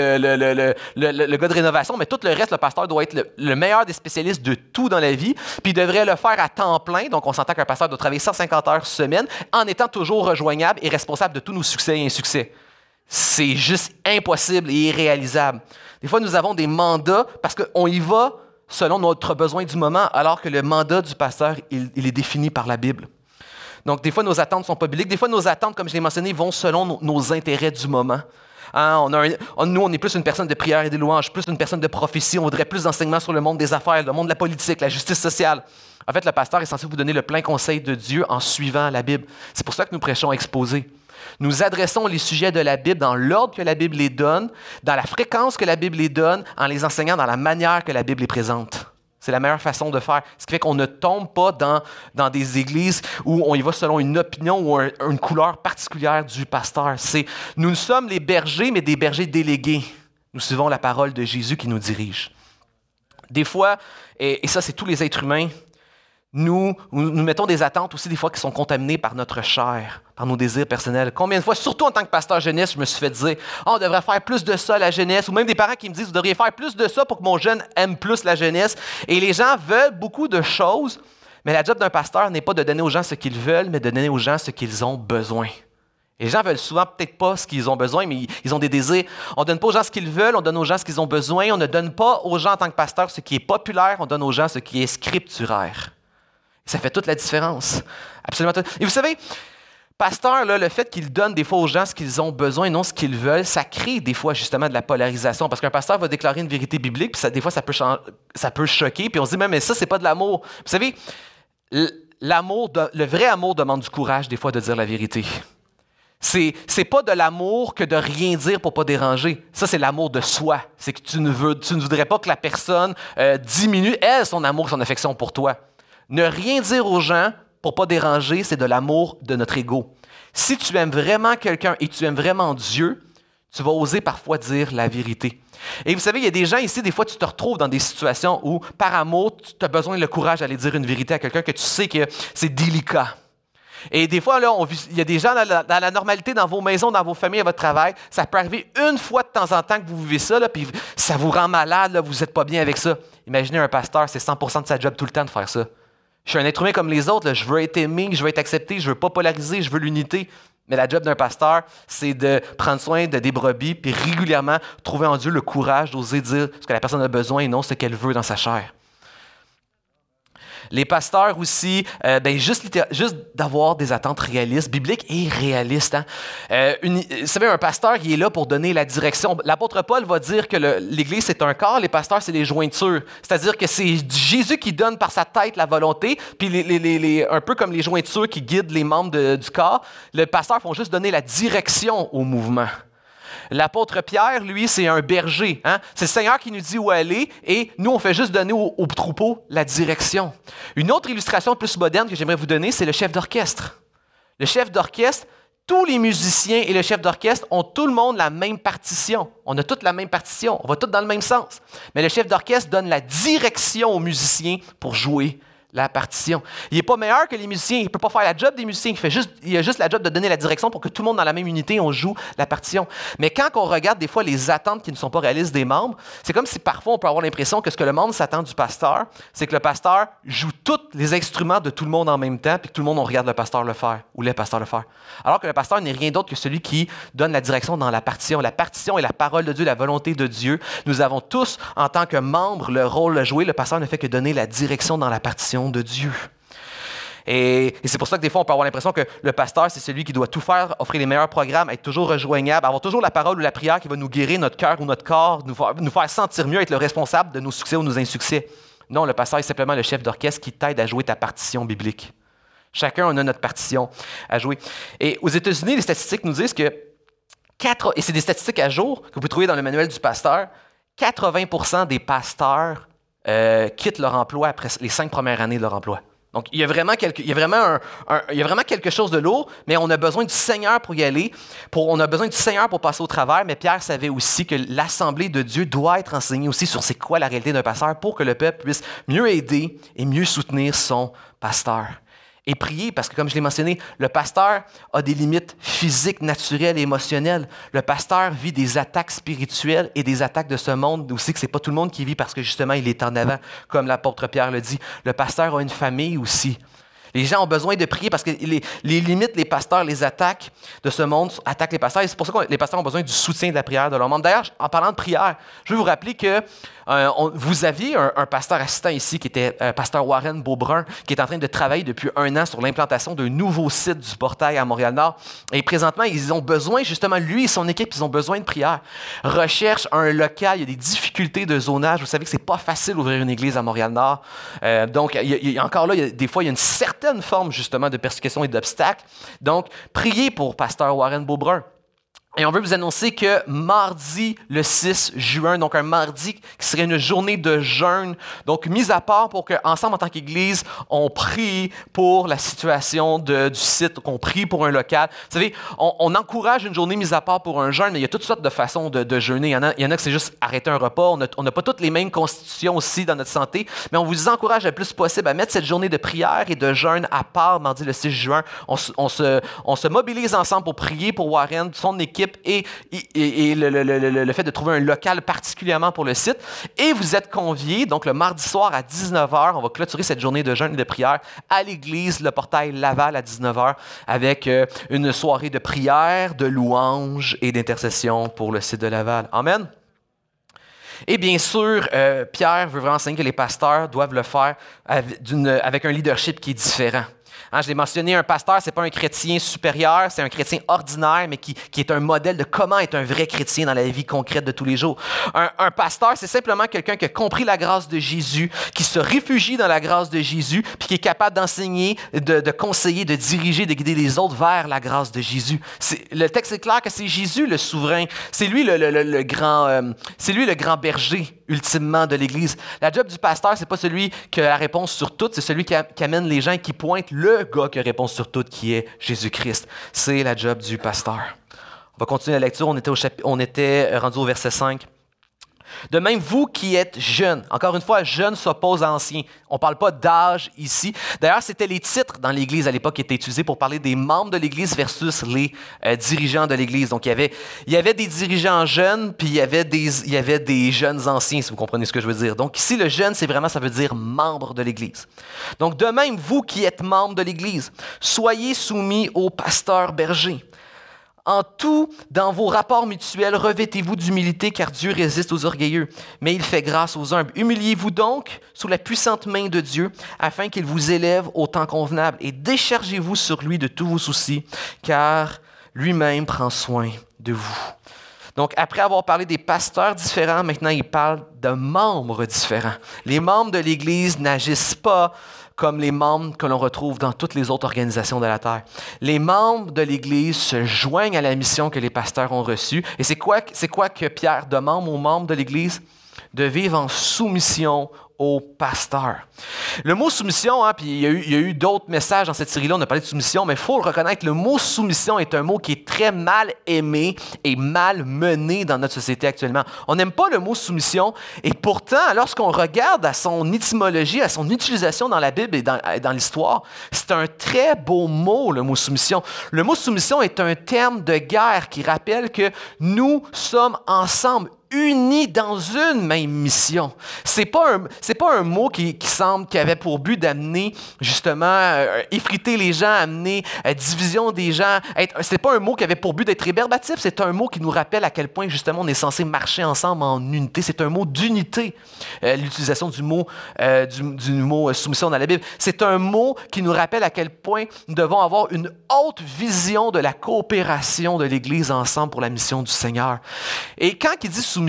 A: le gars de rénovation, mais tout le reste, le pasteur doit être le meilleur des spécialistes de tout dans la vie, puis il devrait le faire à temps plein. Donc, on s'entend qu'un pasteur doit travailler 150 heures semaine en étant toujours rejoignable et responsable de tous nos succès et insuccès. C'est juste impossible et irréalisable. Des fois, nous avons des mandats parce qu'on y va selon notre besoin du moment, alors que le mandat du pasteur, il est défini par la Bible. Donc, des fois, nos attentes ne sont pas bibliques. Des fois, nos attentes, comme je l'ai mentionné, vont selon nos intérêts du moment. Hein, nous, on est plus une personne de prière et de louange, plus une personne de prophétie. On voudrait plus d'enseignements sur le monde des affaires, le monde de la politique, la justice sociale. En fait, le pasteur est censé vous donner le plein conseil de Dieu en suivant la Bible. C'est pour ça que nous prêchons exposés. Nous adressons les sujets de la Bible dans l'ordre que la Bible les donne, dans la fréquence que la Bible les donne, en les enseignant dans la manière que la Bible les présente. C'est la meilleure façon de faire. Ce qui fait qu'on ne tombe pas dans des églises où on y va selon une opinion ou une couleur particulière du pasteur. Nous sommes les bergers, mais des bergers délégués. Nous suivons la parole de Jésus qui nous dirige. Des fois, et ça c'est tous les êtres humains, nous mettons des attentes aussi des fois qui sont contaminées par notre chair, par nos désirs personnels. Combien de fois, surtout en tant que pasteur jeunesse, je me suis fait dire « on devrait faire plus de ça, la jeunesse », ou même des parents qui me disent « vous devriez faire plus de ça pour que mon jeune aime plus la jeunesse ». Et les gens veulent beaucoup de choses, mais la job d'un pasteur n'est pas de donner aux gens ce qu'ils veulent, mais de donner aux gens ce qu'ils ont besoin. Et les gens veulent souvent peut-être pas ce qu'ils ont besoin, mais ils ont des désirs. On ne donne pas aux gens ce qu'ils veulent, on donne aux gens ce qu'ils ont besoin. On ne donne pas aux gens en tant que pasteur ce qui est populaire, on donne aux gens ce qui est scripturaire. Et ça fait toute la différence. Absolument tout. Et vous savez, pasteur, là, le fait qu'il donne des fois aux gens ce qu'ils ont besoin et non ce qu'ils veulent, ça crée des fois justement de la polarisation. Parce qu'un pasteur va déclarer une vérité biblique, puis des fois ça peut choquer, puis on se dit, mais ça, c'est pas de l'amour. Vous savez, le vrai amour demande du courage des fois de dire la vérité. C'est pas de l'amour que de rien dire pour pas déranger. Ça, c'est l'amour de soi. C'est que tu ne voudrais pas que la personne diminue, elle, son amour, son affection pour toi. Ne rien dire aux gens pour pas déranger, c'est de l'amour de notre ego. Si tu aimes vraiment quelqu'un et tu aimes vraiment Dieu, tu vas oser parfois dire la vérité. Et vous savez, il y a des gens ici, des fois, tu te retrouves dans des situations où, par amour, tu as besoin de courage d'aller dire une vérité à quelqu'un que tu sais que c'est délicat. Et des fois, là, il y a des gens dans la normalité, dans vos maisons, dans vos familles, à votre travail, ça peut arriver une fois de temps en temps que vous vivez ça, là, puis ça vous rend malade, là, vous n'êtes pas bien avec ça. Imaginez un pasteur, c'est 100% de sa job tout le temps de faire ça. Je suis un être humain comme les autres, là, je veux être aimé, je veux être accepté, je ne veux pas polariser, je veux l'unité. Mais la job d'un pasteur, c'est de prendre soin des brebis, puis régulièrement trouver en Dieu le courage d'oser dire ce que la personne a besoin et non ce qu'elle veut dans sa chair. Les pasteurs aussi, juste d'avoir des attentes réalistes, bibliques et réalistes. Hein? Vous savez, un pasteur, il est là pour donner la direction. L'apôtre Paul va dire que l'Église, c'est un corps, les pasteurs, c'est les jointures. C'est-à-dire que c'est Jésus qui donne par sa tête la volonté, puis un peu comme les jointures qui guident les membres du corps, les pasteurs font juste donner la direction au mouvement. L'apôtre Pierre, lui, c'est un berger. Hein? C'est le Seigneur qui nous dit où aller et nous, on fait juste donner au troupeau la direction. Une autre illustration plus moderne que j'aimerais vous donner, c'est le chef d'orchestre. Le chef d'orchestre, tous les musiciens et le chef d'orchestre ont tout le monde la même partition. On a toutes la même partition, on va tous dans le même sens. Mais le chef d'orchestre donne la direction aux musiciens pour jouer la partition. Il n'est pas meilleur que les musiciens. Il ne peut pas faire la job des musiciens. Il a juste la job de donner la direction pour que tout le monde dans la même unité, on joue la partition. Mais quand on regarde des fois les attentes qui ne sont pas réalistes des membres, c'est comme si parfois on peut avoir l'impression que ce que le monde s'attend du pasteur, c'est que le pasteur joue tous les instruments de tout le monde en même temps puis que tout le monde on regarde le pasteur le faire ou les pasteurs le faire. Alors que le pasteur n'est rien d'autre que celui qui donne la direction dans la partition. La partition est la parole de Dieu, la volonté de Dieu. Nous avons tous, en tant que membres, le rôle de jouer. Le pasteur ne fait que donner la direction dans la partition de Dieu. Et c'est pour ça que des fois, on peut avoir l'impression que le pasteur, c'est celui qui doit tout faire, offrir les meilleurs programmes, être toujours rejoignable, avoir toujours la parole ou la prière qui va nous guérir notre cœur ou notre corps, nous faire sentir mieux, être le responsable de nos succès ou nos insuccès. Non, le pasteur est simplement le chef d'orchestre qui t'aide à jouer ta partition biblique. Chacun, on a notre partition à jouer. Et aux États-Unis, les statistiques nous disent que, et c'est des statistiques à jour que vous trouvez dans le manuel du pasteur, 80% des pasteurs quittent leur emploi après les 5 premières années de leur emploi. Donc, il y a vraiment quelque chose de lourd, mais on a besoin du Seigneur pour y aller. On a besoin du Seigneur pour passer au travers, mais Pierre savait aussi que l'Assemblée de Dieu doit être enseignée aussi sur c'est quoi la réalité d'un pasteur pour que le peuple puisse mieux aider et mieux soutenir son pasteur. Et prier, parce que comme je l'ai mentionné, le pasteur a des limites physiques, naturelles et émotionnelles. Le pasteur vit des attaques spirituelles et des attaques de ce monde aussi, que ce n'est pas tout le monde qui vit parce que justement, il est en avant, comme l'apôtre Pierre le dit. Le pasteur a une famille aussi. Les gens ont besoin de prier parce que les limites, les pasteurs, les attaques de ce monde attaquent les pasteurs. Et c'est pour ça que les pasteurs ont besoin du soutien de la prière de leurs membres. D'ailleurs, en parlant de prière, je veux vous rappeler que vous aviez un pasteur assistant ici qui était pasteur Warren Beaubrun, qui est en train de travailler depuis 1 an sur l'implantation d'un nouveau site du Portail à Montréal-Nord. Et présentement, ils ont besoin, justement, lui et son équipe, ils ont besoin de prière. Recherche un local, il y a des difficultés de zonage. Vous savez que c'est pas facile d'ouvrir une église à Montréal-Nord. Donc, encore là, des fois, il y a une certaine forme, justement, de persécution et d'obstacles. Donc, priez pour pasteur Warren Beaubrun. Et on veut vous annoncer que mardi, le 6 juin, donc un mardi qui serait une journée de jeûne, donc mise à part pour qu'ensemble, en tant qu'Église, on prie pour la situation du site, qu'on prie pour un local. Vous savez, on encourage une journée mise à part pour un jeûne, mais il y a toutes sortes de façons de jeûner. Il y en a que c'est juste arrêter un repas. On n'a pas toutes les mêmes constitutions aussi dans notre santé, mais on vous encourage le plus possible à mettre cette journée de prière et de jeûne à part mardi, le 6 juin. On se mobilise ensemble pour prier pour Warren, son équipe, équipe et le fait de trouver un local particulièrement pour le site. Et vous êtes conviés, donc le mardi soir à 19h, on va clôturer cette journée de jeûne et de prière à l'église Le Portail Laval à 19h avec une soirée de prière, de louange et d'intercession pour le site de Laval. Amen. Et bien sûr, Pierre veut vraiment enseigner que les pasteurs doivent le faire avec un leadership qui est différent. Hein, je l'ai mentionné, un pasteur, ce n'est pas un chrétien supérieur, c'est un chrétien ordinaire, mais qui est un modèle de comment être un vrai chrétien dans la vie concrète de tous les jours. Un pasteur, c'est simplement quelqu'un qui a compris la grâce de Jésus, qui se réfugie dans la grâce de Jésus, puis qui est capable d'enseigner, de conseiller, de diriger, de guider les autres vers la grâce de Jésus. Le texte est clair que c'est Jésus le souverain, c'est lui le grand berger, ultimement, de l'Église. La job du pasteur, c'est pas celui qui a la réponse sur tout, c'est celui qui amène les gens et qui pointe le gars qui a réponse sur tout, qui est Jésus-Christ. C'est la job du pasteur. On va continuer la lecture. On était rendu au verset 5. De même, vous qui êtes jeunes, encore une fois, jeune s'oppose à ancien. On ne parle pas d'âge ici. D'ailleurs, c'était les titres dans l'Église à l'époque qui étaient utilisés pour parler des membres de l'Église versus les dirigeants de l'Église. Donc, il y avait des dirigeants jeunes, puis il y avait des jeunes anciens, si vous comprenez ce que je veux dire. Donc, ici, le jeune, ça veut dire membre de l'Église. Donc, de même, vous qui êtes membre de l'Église, soyez soumis au pasteur berger. En tout, dans vos rapports mutuels, revêtez-vous d'humilité, car Dieu résiste aux orgueilleux, mais il fait grâce aux humbles. Humiliez-vous donc sous la puissante main de Dieu, afin qu'il vous élève au temps convenable, et déchargez-vous sur lui de tous vos soucis, car lui-même prend soin de vous. Donc, après avoir parlé des pasteurs différents, maintenant, il parle de membres différents. Les membres de l'Église n'agissent pas comme les membres que l'on retrouve dans toutes les autres organisations de la Terre. Les membres de l'Église se joignent à la mission que les pasteurs ont reçue. Et c'est quoi que Pierre demande aux membres de l'Église? De vivre en soumission au pasteur. Le mot soumission, puis il y a eu d'autres messages dans cette série-là, on a parlé de soumission, mais il faut le reconnaître, le mot soumission est un mot qui est très mal aimé et mal mené dans notre société actuellement. On n'aime pas le mot soumission, et pourtant, lorsqu'on regarde à son étymologie, à son utilisation dans la Bible et dans l'histoire, c'est un très beau mot, le mot soumission. Le mot soumission est un terme de guerre qui rappelle que nous sommes ensemble, unis dans une même mission. C'est pas un mot qui avait pour but d'amener, justement, effriter les gens, amener division des gens. C'est pas un mot qui avait pour but d'être rébarbatif, c'est un mot qui nous rappelle à quel point, justement, on est censé marcher ensemble en unité. C'est un mot d'unité, l'utilisation du mot soumission dans la Bible. C'est un mot qui nous rappelle à quel point nous devons avoir une haute vision de la coopération de l'Église ensemble pour la mission du Seigneur. Et quand il dit soumission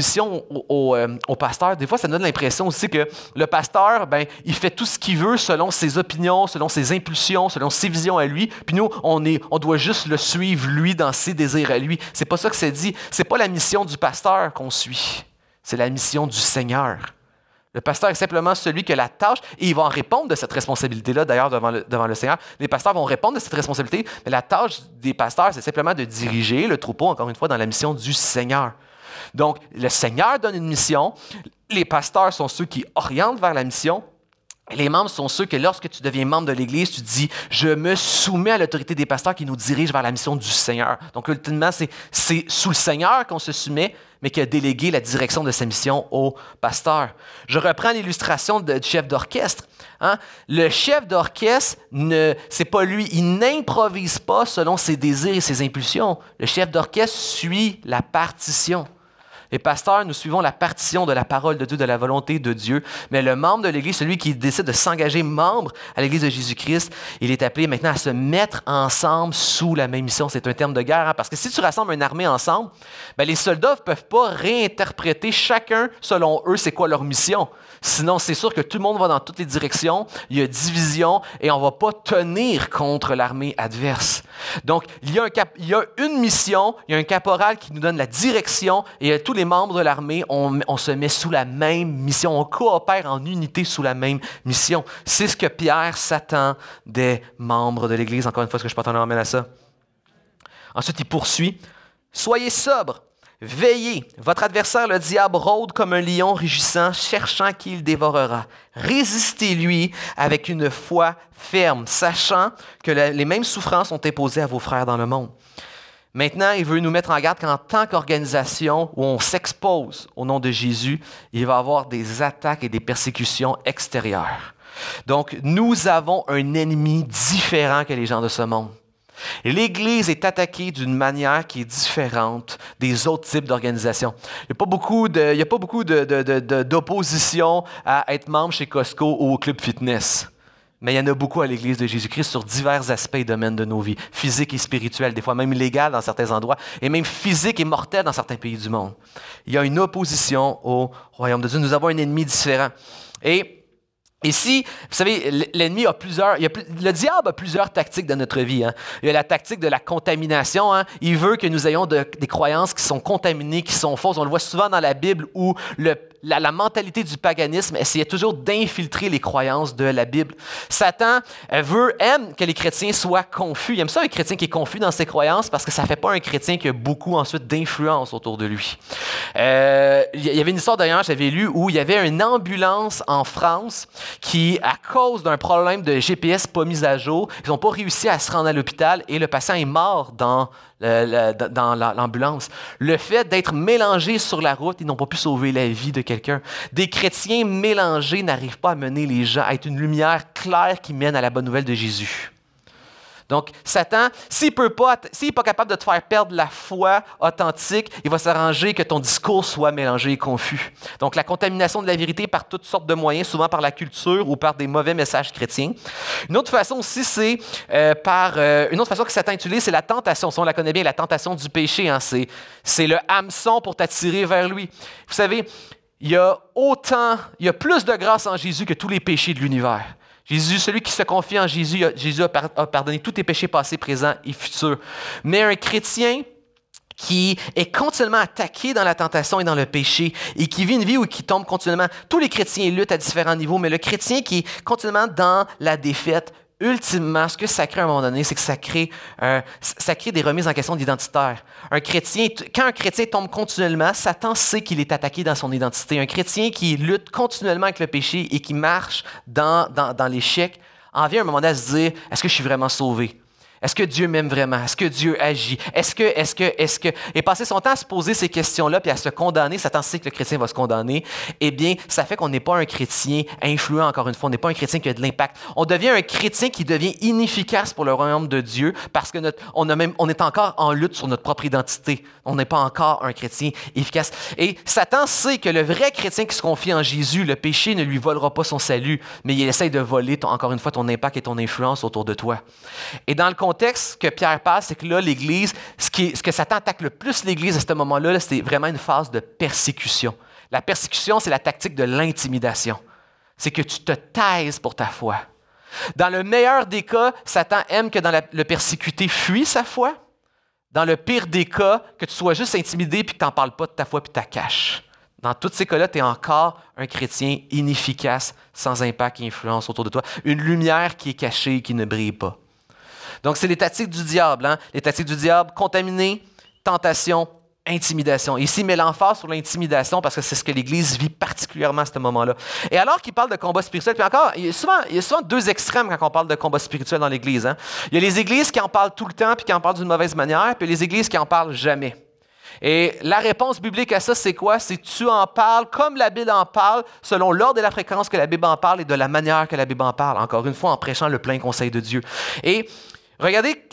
A: au pasteur, des fois, ça donne l'impression aussi que le pasteur, il fait tout ce qu'il veut selon ses opinions, selon ses impulsions, selon ses visions à lui. Puis nous, on doit juste le suivre, lui, dans ses désirs à lui. C'est pas ça que c'est dit. C'est pas la mission du pasteur qu'on suit. C'est la mission du Seigneur. Le pasteur est simplement celui qui a la tâche, et il va en répondre de cette responsabilité-là, d'ailleurs, devant le Seigneur. Les pasteurs vont répondre de cette responsabilité, mais la tâche des pasteurs, c'est simplement de diriger le troupeau, encore une fois, dans la mission du Seigneur. Donc, le Seigneur donne une mission, les pasteurs sont ceux qui orientent vers la mission, et les membres sont ceux que lorsque tu deviens membre de l'Église, tu dis « Je me soumets à l'autorité des pasteurs qui nous dirigent vers la mission du Seigneur. » Donc, ultimement, c'est sous le Seigneur qu'on se soumet, mais qui a délégué la direction de sa mission au pasteur. Je reprends l'illustration du chef d'orchestre. Hein? Le chef d'orchestre, c'est pas lui, il n'improvise pas selon ses désirs et ses impulsions. Le chef d'orchestre suit la partition. Les pasteurs, nous suivons la partition de la parole de Dieu, de la volonté de Dieu. Mais le membre de l'Église, celui qui décide de s'engager membre à l'Église de Jésus-Christ, il est appelé maintenant à se mettre ensemble sous la même mission. C'est un terme de guerre, hein, parce que si tu rassembles une armée ensemble, les soldats ne peuvent pas réinterpréter chacun, selon eux, c'est quoi leur mission. Sinon, c'est sûr que tout le monde va dans toutes les directions, il y a division et on ne va pas tenir contre l'armée adverse. Donc, il y a une mission, il y a un caporal qui nous donne la direction et tous les membres de l'armée, on se met sous la même mission, on coopère en unité sous la même mission. C'est ce que Pierre s'attend des membres de l'Église. Encore une fois, est-ce que je peux t'en amener à ça? Ensuite, il poursuit. « Soyez sobres. Veillez, votre adversaire le diable rôde comme un lion rugissant, cherchant qui il dévorera. Résistez-lui avec une foi ferme, sachant que les mêmes souffrances sont imposées à vos frères dans le monde. Maintenant, il veut nous mettre en garde qu'en tant qu'organisation où on s'expose au nom de Jésus, il va y avoir des attaques et des persécutions extérieures. Donc, nous avons un ennemi différent que les gens de ce monde. L'Église est attaquée d'une manière qui est différente des autres types d'organisations. Il n'y a pas beaucoup d'opposition à être membre chez Costco ou au Club Fitness. Mais il y en a beaucoup à l'Église de Jésus-Christ sur divers aspects et domaines de nos vies, physiques et spirituels, des fois même illégales dans certains endroits, et même physiques et mortels dans certains pays du monde. Il y a une opposition au royaume de Dieu. Nous avons un ennemi différent. Et ici, vous savez, l'ennemi a le diable a plusieurs tactiques dans notre vie. Hein. Il y a la tactique de la contamination. Hein. Il veut que nous ayons des croyances qui sont contaminées, qui sont fausses. On le voit souvent dans la Bible où la mentalité du paganisme essayait toujours d'infiltrer les croyances de la Bible. Satan aime que les chrétiens soient confus. Il aime ça un chrétien qui est confus dans ses croyances parce que ça ne fait pas un chrétien qui a beaucoup ensuite d'influence autour de lui. Il y avait une histoire d'ailleurs, j'avais lu, où il y avait une ambulance en France qui, à cause d'un problème de GPS pas mis à jour, ils n'ont pas réussi à se rendre à l'hôpital et le patient est mort dans l'ambulance. Le fait d'être mélangés sur la route, ils n'ont pas pu sauver la vie de quelqu'un. Des chrétiens mélangés n'arrivent pas à mener les gens à être une lumière claire qui mène à la bonne nouvelle de Jésus. Donc, Satan, s'il n'est pas capable de te faire perdre la foi authentique, il va s'arranger que ton discours soit mélangé et confus. Donc, la contamination de la vérité par toutes sortes de moyens, souvent par la culture ou par des mauvais messages chrétiens. Une autre façon aussi, c'est une autre façon que Satan utilise, c'est la tentation. Si on la connaît bien, la tentation du péché. Hein, c'est le hameçon pour t'attirer vers lui. Vous savez, il y a plus de grâce en Jésus que tous les péchés de l'univers. Jésus, celui qui se confie en Jésus, Jésus a pardonné tous tes péchés passés, présents et futurs. Mais un chrétien qui est continuellement attaqué dans la tentation et dans le péché et qui vit une vie où il tombe continuellement. Tous les chrétiens luttent à différents niveaux, mais le chrétien qui est continuellement dans la défaite, ultimement, ce que ça crée à un moment donné, c'est que ça crée des remises en question d'identitaire. Quand un chrétien tombe continuellement, Satan sait qu'il est attaqué dans son identité. Un chrétien qui lutte continuellement avec le péché et qui marche dans l'échec en vient à un moment donné à se dire, est-ce que je suis vraiment sauvé? Est-ce que Dieu m'aime vraiment? Est-ce que Dieu agit? Est-ce que... Et passer son temps à se poser ces questions-là puis à se condamner, Satan sait que le chrétien va se condamner, eh bien, ça fait qu'on n'est pas un chrétien influent, encore une fois. On n'est pas un chrétien qui a de l'impact. On devient un chrétien qui devient inefficace pour le royaume de Dieu parce que on est encore en lutte sur notre propre identité. On n'est pas encore un chrétien efficace. Et Satan sait que le vrai chrétien qui se confie en Jésus, le péché ne lui volera pas son salut, mais il essaie de voler, encore une fois, ton impact et ton influence autour de toi. Et dans le contexte que Pierre passe, c'est que là, l'Église, ce que Satan attaque le plus l'Église à ce moment-là, c'est vraiment une phase de persécution. La persécution, c'est la tactique de l'intimidation. C'est que tu te taises pour ta foi. Dans le meilleur des cas, Satan aime que le persécuté fuit sa foi. Dans le pire des cas, que tu sois juste intimidé puis que tu n'en parles pas de ta foi puis tu la caches. Dans tous ces cas-là, tu es encore un chrétien inefficace, sans impact et influence autour de toi. Une lumière qui est cachée et qui ne brille pas. Donc, c'est les tactiques du diable. Hein? Les tactiques du diable, contaminé, tentation, intimidation. Ici, il met l'emphase sur l'intimidation parce que c'est ce que l'Église vit particulièrement à ce moment-là. Et alors qu'il parle de combat spirituel, puis encore, il y a souvent deux extrêmes quand on parle de combat spirituel dans l'Église. Hein? Il y a les Églises qui en parlent tout le temps puis qui en parlent d'une mauvaise manière, puis les Églises qui en parlent jamais. Et la réponse biblique à ça, c'est quoi? C'est que tu en parles comme la Bible en parle, selon l'ordre et la fréquence que la Bible en parle et de la manière que la Bible en parle. Encore une fois, en prêchant le plein conseil de Dieu. Et regardez,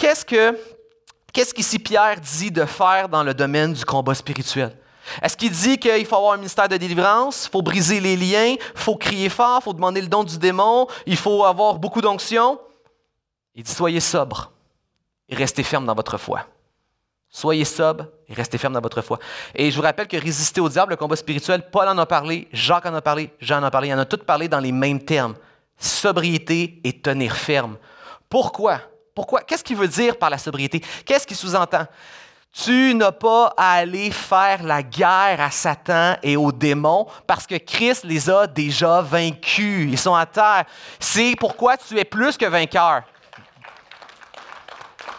A: qu'est-ce qu'ici Pierre dit de faire dans le domaine du combat spirituel? Est-ce qu'il dit qu'il faut avoir un ministère de délivrance, il faut briser les liens, il faut crier fort, il faut demander le don du démon, il faut avoir beaucoup d'onction? Il dit, soyez sobre et restez ferme dans votre foi. Soyez sobre et restez ferme dans votre foi. Et je vous rappelle que résister au diable, le combat spirituel, Paul en a parlé, Jacques en a parlé, Jean en a parlé, ils en ont tous parlé dans les mêmes termes. Sobriété et tenir ferme. Pourquoi? Qu'est-ce qu'il veut dire par la sobriété? Qu'est-ce qu'il sous-entend? Tu n'as pas à aller faire la guerre à Satan et aux démons parce que Christ les a déjà vaincus. Ils sont à terre. C'est pourquoi tu es plus que vainqueur.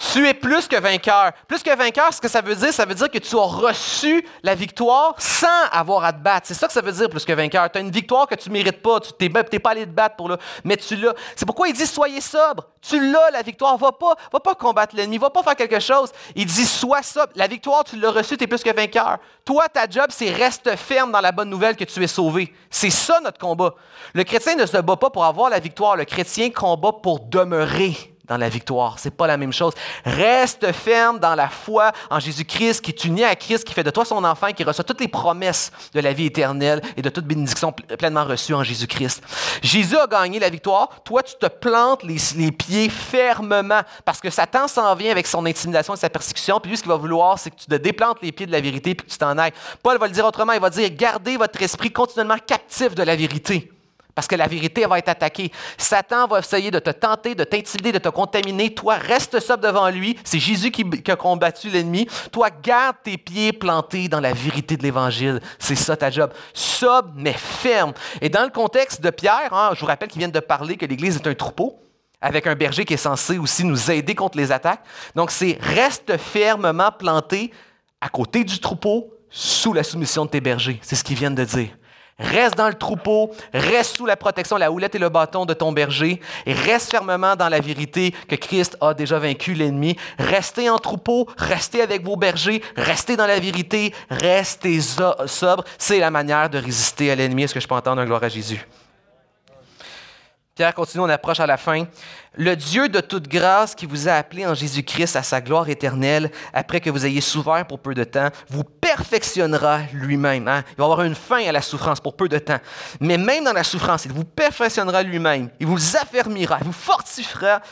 A: Tu es plus que vainqueur. Plus que vainqueur, ce que ça veut dire que tu as reçu la victoire sans avoir à te battre. C'est ça que ça veut dire, plus que vainqueur. Tu as une victoire que tu ne mérites pas. Tu n'es pas allé te battre pour là, mais tu l'as. C'est pourquoi il dit soyez sobre. Tu l'as, la victoire. Va pas combattre l'ennemi. Va pas faire quelque chose. Il dit sois sobre. La victoire, tu l'as reçue, tu es plus que vainqueur. Toi, ta job, c'est reste ferme dans la bonne nouvelle que tu es sauvé. C'est ça notre combat. Le chrétien ne se bat pas pour avoir la victoire. Le chrétien combat pour demeurer dans la victoire. C'est pas la même chose. Reste ferme dans la foi en Jésus-Christ, qui est uni à Christ, qui fait de toi son enfant, qui reçoit toutes les promesses de la vie éternelle et de toute bénédiction pleinement reçue en Jésus-Christ. Jésus a gagné la victoire. Toi, tu te plantes les pieds fermement parce que Satan s'en vient avec son intimidation et sa persécution. Puis lui, ce qu'il va vouloir, c'est que tu te déplantes les pieds de la vérité puis que tu t'en ailles. Paul va le dire autrement. Il va dire, gardez votre esprit continuellement captif de la vérité. Parce que la vérité va être attaquée. Satan va essayer de te tenter, de t'intimider, de te contaminer. Toi, reste sobre devant lui. C'est Jésus qui a combattu l'ennemi. Toi, garde tes pieds plantés dans la vérité de l'Évangile. C'est ça ta job. Sobre, mais ferme. Et dans le contexte de Pierre, je vous rappelle qu'il vient de parler que l'Église est un troupeau, avec un berger qui est censé aussi nous aider contre les attaques. Donc, c'est reste fermement planté à côté du troupeau, sous la soumission de tes bergers. C'est ce qu'ils viennent de dire. Reste dans le troupeau, reste sous la protection, la houlette et le bâton de ton berger, et reste fermement dans la vérité que Christ a déjà vaincu l'ennemi. Restez en troupeau, restez avec vos bergers, restez dans la vérité, restez sobre. C'est la manière de résister à l'ennemi. Est-ce que je peux entendre un gloire à Jésus? Pierre continue, on approche à la fin. Le Dieu de toute grâce qui vous a appelé en Jésus-Christ à sa gloire éternelle, après que vous ayez souffert pour peu de temps, vous perfectionnera lui-même. Il va y avoir une fin à la souffrance pour peu de temps. Mais même dans la souffrance, il vous perfectionnera lui-même. Il vous affermira, il vous fortifiera,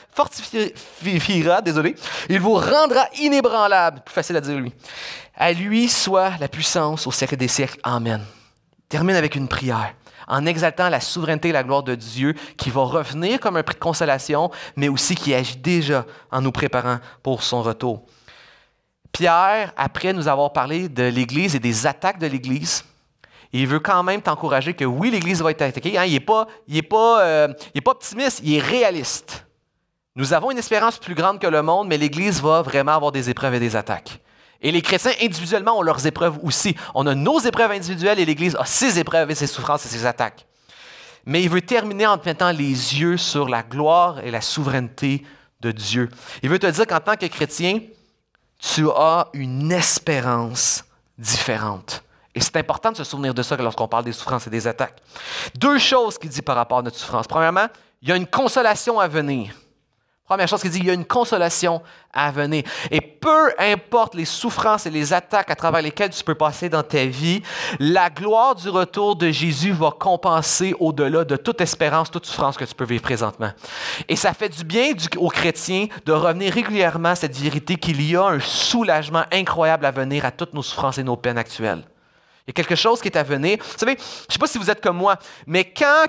A: il vous rendra inébranlable. Plus facile à dire lui. À lui soit la puissance au siècle des siècles. Amen. Termine avec une prière, en exaltant la souveraineté et la gloire de Dieu qui va revenir comme un prix de consolation, mais aussi qui agit déjà en nous préparant pour son retour. Pierre, après nous avoir parlé de l'Église et des attaques de l'Église, il veut quand même t'encourager que oui, l'Église va être attaquée. Il n'est pas optimiste, il est réaliste. Nous avons une espérance plus grande que le monde, mais l'Église va vraiment avoir des épreuves et des attaques. Et les chrétiens, individuellement, ont leurs épreuves aussi. On a nos épreuves individuelles et l'Église a ses épreuves et ses souffrances et ses attaques. Mais il veut terminer en te mettant les yeux sur la gloire et la souveraineté de Dieu. Il veut te dire qu'en tant que chrétien, tu as une espérance différente. Et c'est important de se souvenir de ça lorsqu'on parle des souffrances et des attaques. Deux choses qu'il dit par rapport à notre souffrance. Premièrement, il y a une consolation à venir. Première chose qu'il dit, il y a une consolation à venir. Et peu importe les souffrances et les attaques à travers lesquelles tu peux passer dans ta vie, la gloire du retour de Jésus va compenser au-delà de toute espérance, toute souffrance que tu peux vivre présentement. Et ça fait du bien aux chrétiens de revenir régulièrement à cette vérité qu'il y a un soulagement incroyable à venir à toutes nos souffrances et nos peines actuelles. Il y a quelque chose qui est à venir. Vous savez, je ne sais pas si vous êtes comme moi, mais quand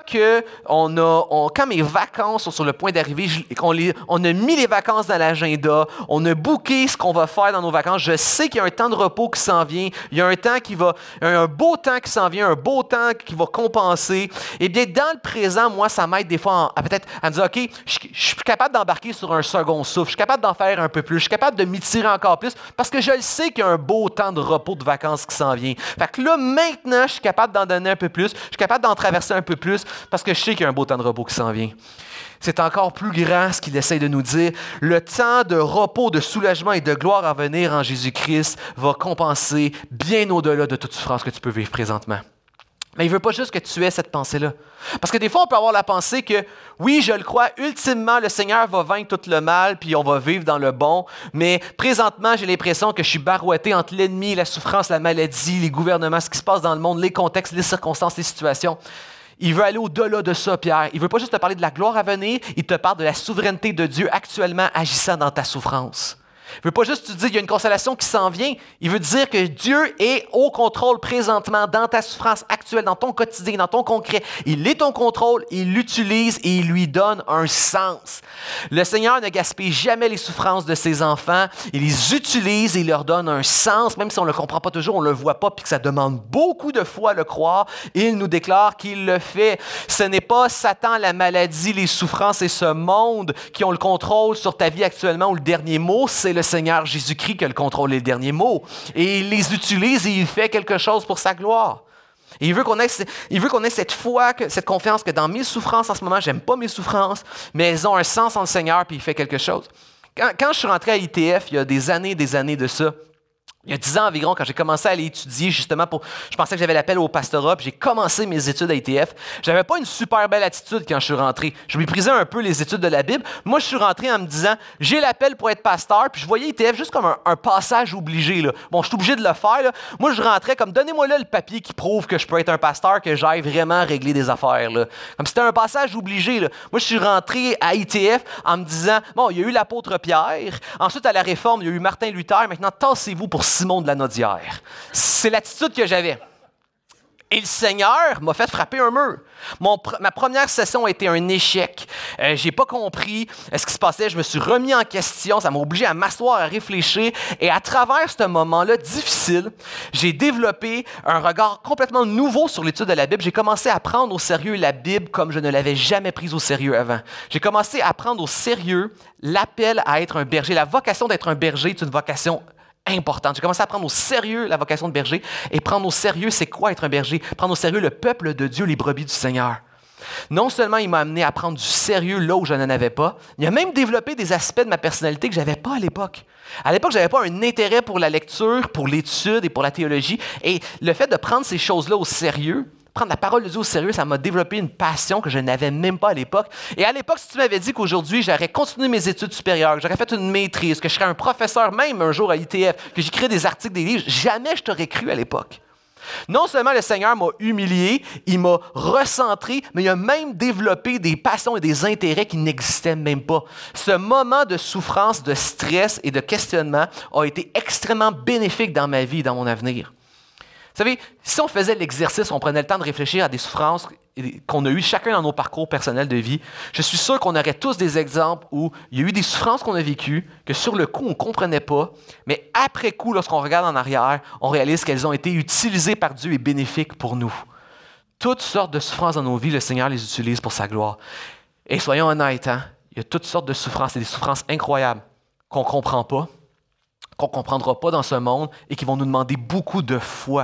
A: mes vacances sont sur le point d'arriver, on a mis les vacances dans l'agenda, on a booké ce qu'on va faire dans nos vacances, je sais qu'il y a un temps de repos qui s'en vient, il y a un beau temps qui s'en vient, un beau temps qui va compenser. Et bien, dans le présent, moi, ça m'aide des fois peut-être à me dire, OK, je suis capable d'embarquer sur un second souffle, je suis capable d'en faire un peu plus, je suis capable de m'étirer encore plus, parce que je le sais qu'il y a un beau temps de repos de vacances qui s'en vient. Fait que là, maintenant, je suis capable d'en donner un peu plus, je suis capable d'en traverser un peu plus parce que je sais qu'il y a un beau temps de repos qui s'en vient. C'est encore plus grand ce qu'il essaie de nous dire. Le temps de repos, de soulagement et de gloire à venir en Jésus-Christ va compenser bien au-delà de toute souffrance que tu peux vivre présentement. Mais il ne veut pas juste que tu aies cette pensée-là. Parce que des fois, on peut avoir la pensée que, oui, je le crois, ultimement, le Seigneur va vaincre tout le mal, puis on va vivre dans le bon. Mais présentement, j'ai l'impression que je suis barouetté entre l'ennemi, la souffrance, la maladie, les gouvernements, ce qui se passe dans le monde, les contextes, les circonstances, les situations. Il veut aller au-delà de ça, Pierre. Il ne veut pas juste te parler de la gloire à venir, il te parle de la souveraineté de Dieu actuellement agissant dans ta souffrance. Il veut pas juste te dire qu'il y a une consolation qui s'en vient. Il veut dire que Dieu est au contrôle présentement dans ta souffrance actuelle, dans ton quotidien, dans ton concret. Il est au contrôle, il l'utilise et il lui donne un sens. Le Seigneur ne gaspille jamais les souffrances de ses enfants. Il les utilise et il leur donne un sens, même si on ne le comprend pas toujours, on ne le voit pas, puis que ça demande beaucoup de foi à le croire. Il nous déclare qu'il le fait. Ce n'est pas Satan, la maladie, les souffrances et ce monde qui ont le contrôle sur ta vie actuellement ou le dernier mot, c'est le Seigneur Jésus-Christ qui a le contrôle et le dernier mot. Et il les utilise et il fait quelque chose pour sa gloire. Et il veut qu'on ait cette foi, cette confiance que dans mes souffrances en ce moment, j'aime pas mes souffrances, mais elles ont un sens en le Seigneur puis il fait quelque chose. Quand je suis rentré à ITF, il y a des années de ça, il y a 10 ans environ, quand j'ai commencé à aller étudier justement je pensais que j'avais l'appel au pastorat, puis j'ai commencé mes études à ITF. J'avais pas une super belle attitude quand je suis rentré. Je méprisais un peu les études de la Bible. Moi, je suis rentré en me disant, j'ai l'appel pour être pasteur, puis je voyais ITF juste comme un passage obligé, là. Bon, je suis obligé de le faire, là. Moi, je rentrais comme, donnez-moi là le papier qui prouve que je peux être un pasteur, que j'aille vraiment régler des affaires, là. Comme c'était un passage obligé, là. Moi, je suis rentré à ITF en me disant, bon, il y a eu l'apôtre Pierre, ensuite à la Réforme, il y a eu Martin Luther, maintenant tassez-vous pour Simon de la Naudière. C'est l'attitude que j'avais. Et le Seigneur m'a fait frapper un mur. Ma première session a été un échec. J'ai pas compris ce qui se passait. Je me suis remis en question. Ça m'a obligé à m'asseoir, à réfléchir. Et à travers ce moment-là difficile, j'ai développé un regard complètement nouveau sur l'étude de la Bible. J'ai commencé à prendre au sérieux la Bible comme je ne l'avais jamais prise au sérieux avant. J'ai commencé à prendre au sérieux l'appel à être un berger. La vocation d'être un berger est une vocation importante. J'ai commencé à prendre au sérieux la vocation de berger et prendre au sérieux c'est quoi être un berger, prendre au sérieux le peuple de Dieu, les brebis du Seigneur. Non seulement il m'a amené à prendre du sérieux là où je n'en avais pas, il a même développé des aspects de ma personnalité que je n'avais pas à l'époque. À l'époque, je n'avais pas un intérêt pour la lecture, pour l'étude et pour la théologie. Et le fait de prendre ces choses-là au sérieux, prendre la parole de Dieu au sérieux, ça m'a développé une passion que je n'avais même pas à l'époque. Et à l'époque, si tu m'avais dit qu'aujourd'hui, j'aurais continué mes études supérieures, que j'aurais fait une maîtrise, que je serais un professeur même un jour à ITF, que j'écrirais des articles, des livres, jamais je t'aurais cru à l'époque. Non seulement le Seigneur m'a humilié, il m'a recentré, mais il a même développé des passions et des intérêts qui n'existaient même pas. Ce moment de souffrance, de stress et de questionnement a été extrêmement bénéfique dans ma vie et dans mon avenir. Vous savez, si on faisait l'exercice, on prenait le temps de réfléchir à des souffrances qu'on a eues chacun dans nos parcours personnels de vie, je suis sûr qu'on aurait tous des exemples où il y a eu des souffrances qu'on a vécues, que sur le coup, on ne comprenait pas, mais après coup, lorsqu'on regarde en arrière, on réalise qu'elles ont été utilisées par Dieu et bénéfiques pour nous. Toutes sortes de souffrances dans nos vies, le Seigneur les utilise pour sa gloire. Et soyons honnêtes, il y a toutes sortes de souffrances, et des souffrances incroyables qu'on ne comprend pas, qu'on ne comprendra pas dans ce monde et qui vont nous demander beaucoup de foi.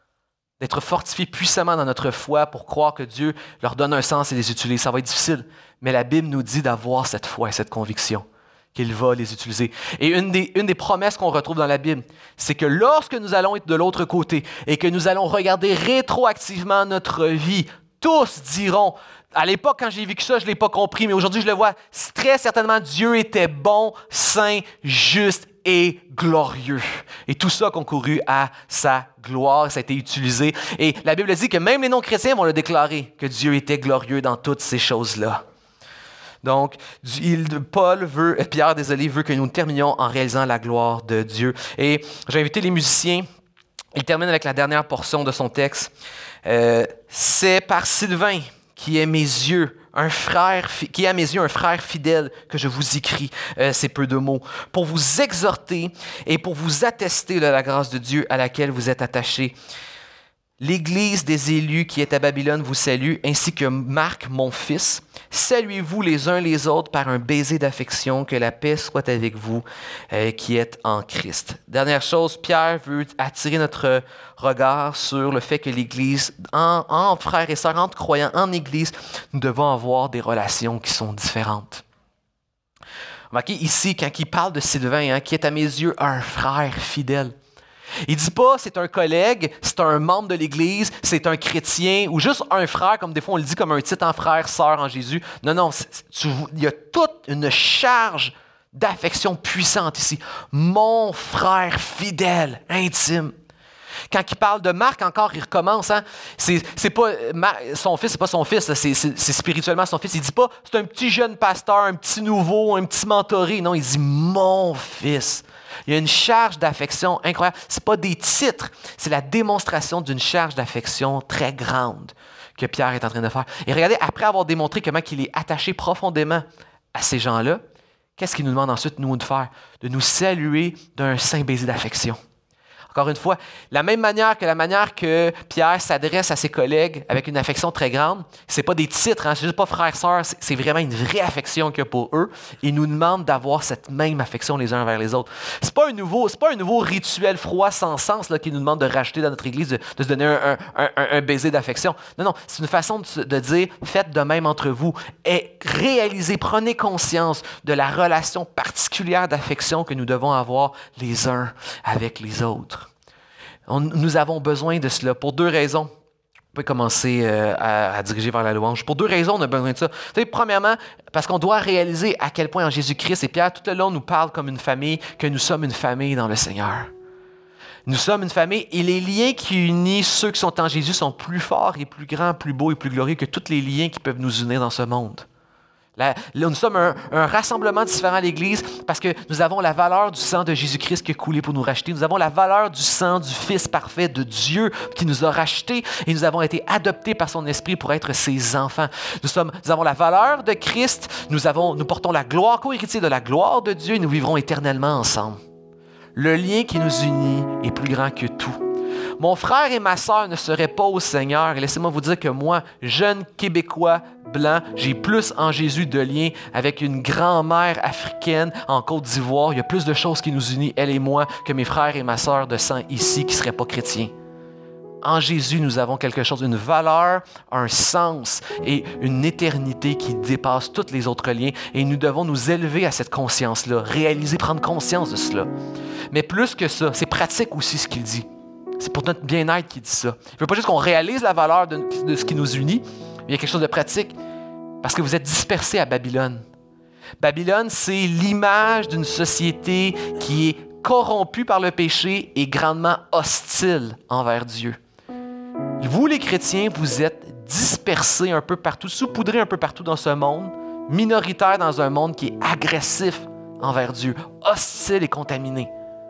A: D'être fortifiés puissamment dans notre foi pour croire que Dieu leur donne un sens et les utilise. Ça va être difficile, mais la Bible nous dit d'avoir cette foi et cette conviction qu'il va les utiliser. Et une des promesses qu'on retrouve dans la Bible, c'est que lorsque nous allons être de l'autre côté et que nous allons regarder rétroactivement notre vie, tous diront, à l'époque quand j'ai vécu ça, je ne l'ai pas compris, mais aujourd'hui je le vois, très certainement Dieu était bon, saint, juste et glorieux. Et tout ça a concouru à sa gloire, ça a été utilisé. Et la Bible dit que même les non-chrétiens vont le déclarer, que Dieu était glorieux dans toutes ces choses-là. Donc, Pierre veut que nous terminions en réalisant la gloire de Dieu. Et j'ai invité les musiciens. Il termine avec la dernière portion de son texte. C'est par Sylvain qui est à mes yeux un frère fidèle que je vous écris ces peu de mots, pour vous exhorter et pour vous attester de la grâce de Dieu à laquelle vous êtes attachés. L'Église des élus qui est à Babylone vous salue, ainsi que Marc, mon fils. Saluez-vous les uns les autres par un baiser d'affection, que la paix soit avec vous qui êtes en Christ. Dernière chose, Pierre veut attirer notre regard sur le fait que l'Église, en frères et sœurs, entre croyants, en Église, nous devons avoir des relations qui sont différentes. Remarquez ici, quand il parle de Sylvain, qui est à mes yeux un frère fidèle, il ne dit pas c'est un collègue, c'est un membre de l'Église, c'est un chrétien ou juste un frère, comme des fois on le dit comme un titre en frère, sœur en Jésus. Non, il y a toute une charge d'affection puissante ici. Mon frère fidèle, intime. Quand il parle de Marc, encore, il recommence. Hein? C'est pas son fils, c'est pas son fils, là, c'est spirituellement son fils. Il dit pas c'est un petit jeune pasteur, un petit nouveau, un petit mentoré. Non, il dit mon fils. Il y a une charge d'affection incroyable. C'est pas des titres, c'est la démonstration d'une charge d'affection très grande que Pierre est en train de faire. Et regardez, après avoir démontré comment il est attaché profondément à ces gens-là, qu'est-ce qu'il nous demande ensuite, nous, de faire? De nous saluer d'un saint baiser d'affection. Encore une fois, la manière que Pierre s'adresse à ses collègues avec une affection très grande, c'est pas des titres, hein, c'est juste pas frère, sœur, c'est vraiment une vraie affection qu'il y a pour eux. Il nous demande d'avoir cette même affection les uns vers les autres. C'est pas un nouveau rituel froid sans sens là, qu'il nous demande de racheter dans notre Église, de se donner un baiser d'affection. Non, c'est une façon de dire, faites de même entre vous et réalisez, prenez conscience de la relation particulière d'affection que nous devons avoir les uns avec les autres. Nous avons besoin de cela pour deux raisons. Vous pouvez commencer à diriger vers la louange. Pour deux raisons, on a besoin de ça. Vous savez, premièrement, parce qu'on doit réaliser à quel point en Jésus-Christ, et Pierre tout le long nous parle comme une famille, que nous sommes une famille dans le Seigneur. Nous sommes une famille et les liens qui unissent ceux qui sont en Jésus sont plus forts et plus grands, plus beaux et plus glorieux que tous les liens qui peuvent nous unir dans ce monde. Là, nous sommes un rassemblement différent à l'Église parce que nous avons la valeur du sang de Jésus-Christ qui a coulé pour nous racheter. Nous avons la valeur du sang du Fils parfait de Dieu qui nous a rachetés et nous avons été adoptés par son Esprit pour être ses enfants. Nous avons la valeur de Christ, nous portons la gloire, co-héritiers de la gloire de Dieu et nous vivrons éternellement ensemble. Le lien qui nous unit est plus grand que tout. Mon frère et ma sœur ne seraient pas au Seigneur. Et laissez-moi vous dire que moi, jeune Québécois blanc, j'ai plus en Jésus de liens avec une grand-mère africaine en Côte d'Ivoire. Il y a plus de choses qui nous unissent, elle et moi, que mes frères et ma sœur de sang ici qui ne seraient pas chrétiens. En Jésus, nous avons quelque chose, une valeur, un sens et une éternité qui dépasse tous les autres liens. Et nous devons nous élever à cette conscience-là, réaliser, prendre conscience de cela. Mais plus que ça, c'est pratique aussi ce qu'il dit. C'est pour notre bien-être qu'il dit ça. Il ne veut pas juste qu'on réalise la valeur de ce qui nous unit, mais il y a quelque chose de pratique. Parce que vous êtes dispersés à Babylone. Babylone, c'est l'image d'une société qui est corrompue par le péché et grandement hostile envers Dieu. Vous, les chrétiens, vous êtes dispersés un peu partout, saupoudrés un peu partout dans ce monde, minoritaires dans un monde qui est agressif envers Dieu, hostile et contaminé.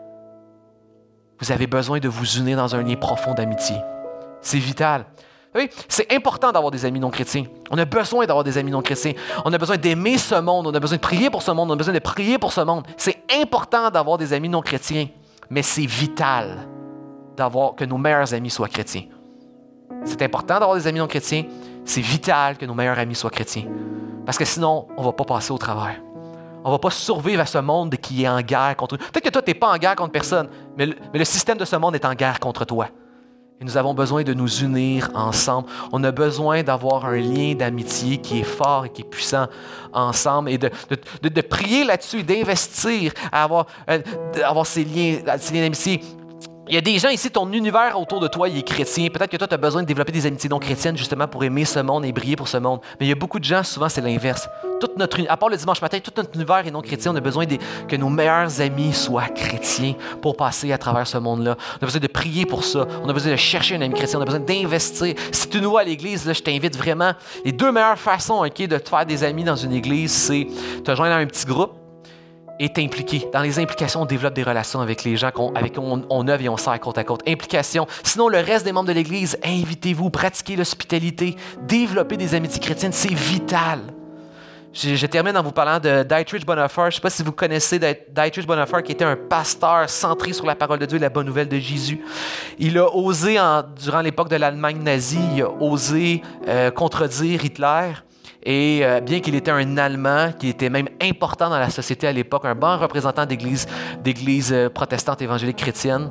A: Vous avez besoin de vous unir dans un lien profond d'amitié. C'est vital. Oui, c'est important d'avoir des amis non chrétiens. On a besoin d'avoir des amis non chrétiens. On a besoin d'aimer ce monde. On a besoin de prier pour ce monde. On a besoin de prier pour ce monde. C'est important d'avoir des amis non chrétiens. Mais c'est vital que nos meilleurs amis soient chrétiens. C'est important d'avoir des amis non chrétiens. C'est vital que nos meilleurs amis soient chrétiens. Parce que sinon, on ne va pas passer au travers. On ne va pas survivre à ce monde qui est en guerre contre nous. Peut-être que toi, tu n'es pas en guerre contre personne, mais le système de ce monde est en guerre contre toi. Et nous avons besoin de nous unir ensemble. On a besoin d'avoir un lien d'amitié qui est fort et qui est puissant ensemble et de prier là-dessus et d'investir à avoir ces liens d'amitié. Il y a des gens ici, ton univers autour de toi, il est chrétien. Peut-être que toi, tu as besoin de développer des amitiés non chrétiennes justement pour aimer ce monde et briller pour ce monde. Mais il y a beaucoup de gens, souvent, c'est l'inverse. À part le dimanche matin, tout notre univers est non chrétien. On a besoin que nos meilleurs amis soient chrétiens pour passer à travers ce monde-là. On a besoin de prier pour ça. On a besoin de chercher un ami chrétien. On a besoin d'investir. Si tu es nouveau à l'Église, là, je t'invite vraiment. Les deux meilleures façons de te faire des amis dans une Église, c'est te joindre dans un petit groupe et t'impliquer. Dans les implications, on développe des relations avec les gens avec qui on œuvre et on sert côte à côte. Implication. Sinon, le reste des membres de l'Église, invitez-vous, pratiquez l'hospitalité, développez des amitiés chrétiennes, c'est vital. Je termine en vous parlant de Dietrich Bonhoeffer. Je ne sais pas si vous connaissez Dietrich Bonhoeffer, qui était un pasteur centré sur la parole de Dieu et la bonne nouvelle de Jésus. Il a osé, durant l'époque de l'Allemagne nazie, il a osé contredire Hitler. Et bien qu'il était un Allemand, qui était même important dans la société à l'époque, un bon représentant d'église protestante évangélique chrétienne,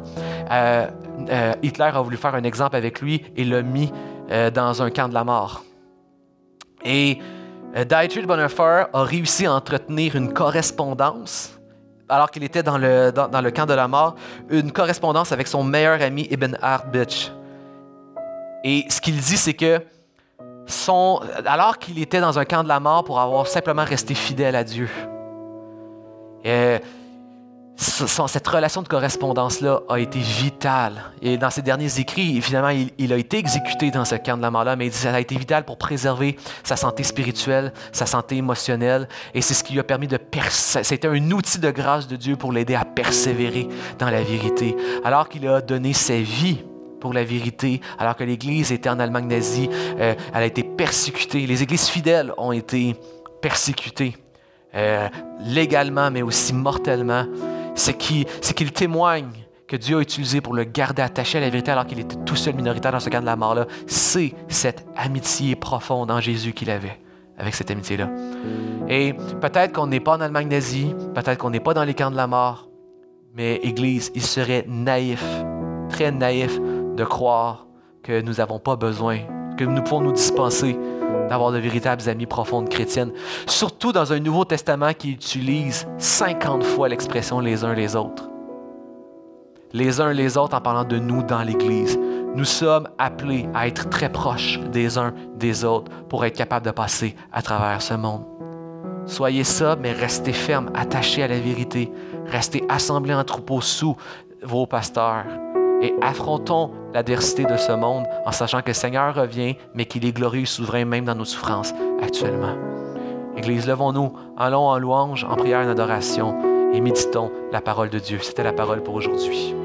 A: Hitler a voulu faire un exemple avec lui et l'a mis dans un camp de la mort. Et Dietrich Bonhoeffer a réussi à entretenir une correspondance, alors qu'il était dans le camp de la mort, une correspondance avec son meilleur ami Ibn Arbitch. Et ce qu'il dit, c'est que alors qu'il était dans un camp de la mort pour avoir simplement resté fidèle à Dieu, cette relation de correspondance-là a été vitale. Et dans ses derniers écrits, finalement, il a été exécuté dans ce camp de la mort-là, mais ça a été vital pour préserver sa santé spirituelle, sa santé émotionnelle. Et c'est ce qui lui a permis de c'était un outil de grâce de Dieu pour l'aider à persévérer dans la vérité. Alors qu'il a donné sa vie pour la vérité, alors que l'Église était en Allemagne nazie, elle a été persécutée. Les églises fidèles ont été persécutées légalement, mais aussi mortellement. C'est qu'il témoigne que Dieu a utilisé pour le garder attaché à la vérité alors qu'il était tout seul minoritaire dans ce camp de la mort-là. C'est cette amitié profonde en Jésus qu'il avait avec cette amitié-là. Et peut-être qu'on n'est pas en Allemagne nazie, peut-être qu'on n'est pas dans les camps de la mort, mais Église, il serait naïf, très naïf de croire que nous n'avons pas besoin, que nous pouvons nous dispenser d'avoir de véritables amies profondes chrétiennes, surtout dans un Nouveau Testament qui utilise 50 fois l'expression « les uns les autres ». Les uns les autres en parlant de nous dans l'Église. Nous sommes appelés à être très proches des uns des autres pour être capables de passer à travers ce monde. Soyez sobres, mais restez fermes, attachés à la vérité. Restez assemblés en troupeau sous vos pasteurs. Et affrontons l'adversité de ce monde en sachant que le Seigneur revient, mais qu'il est glorieux et souverain même dans nos souffrances actuellement. Église, levons-nous, allons en louange, en prière et en adoration et méditons la parole de Dieu. C'était la parole pour aujourd'hui.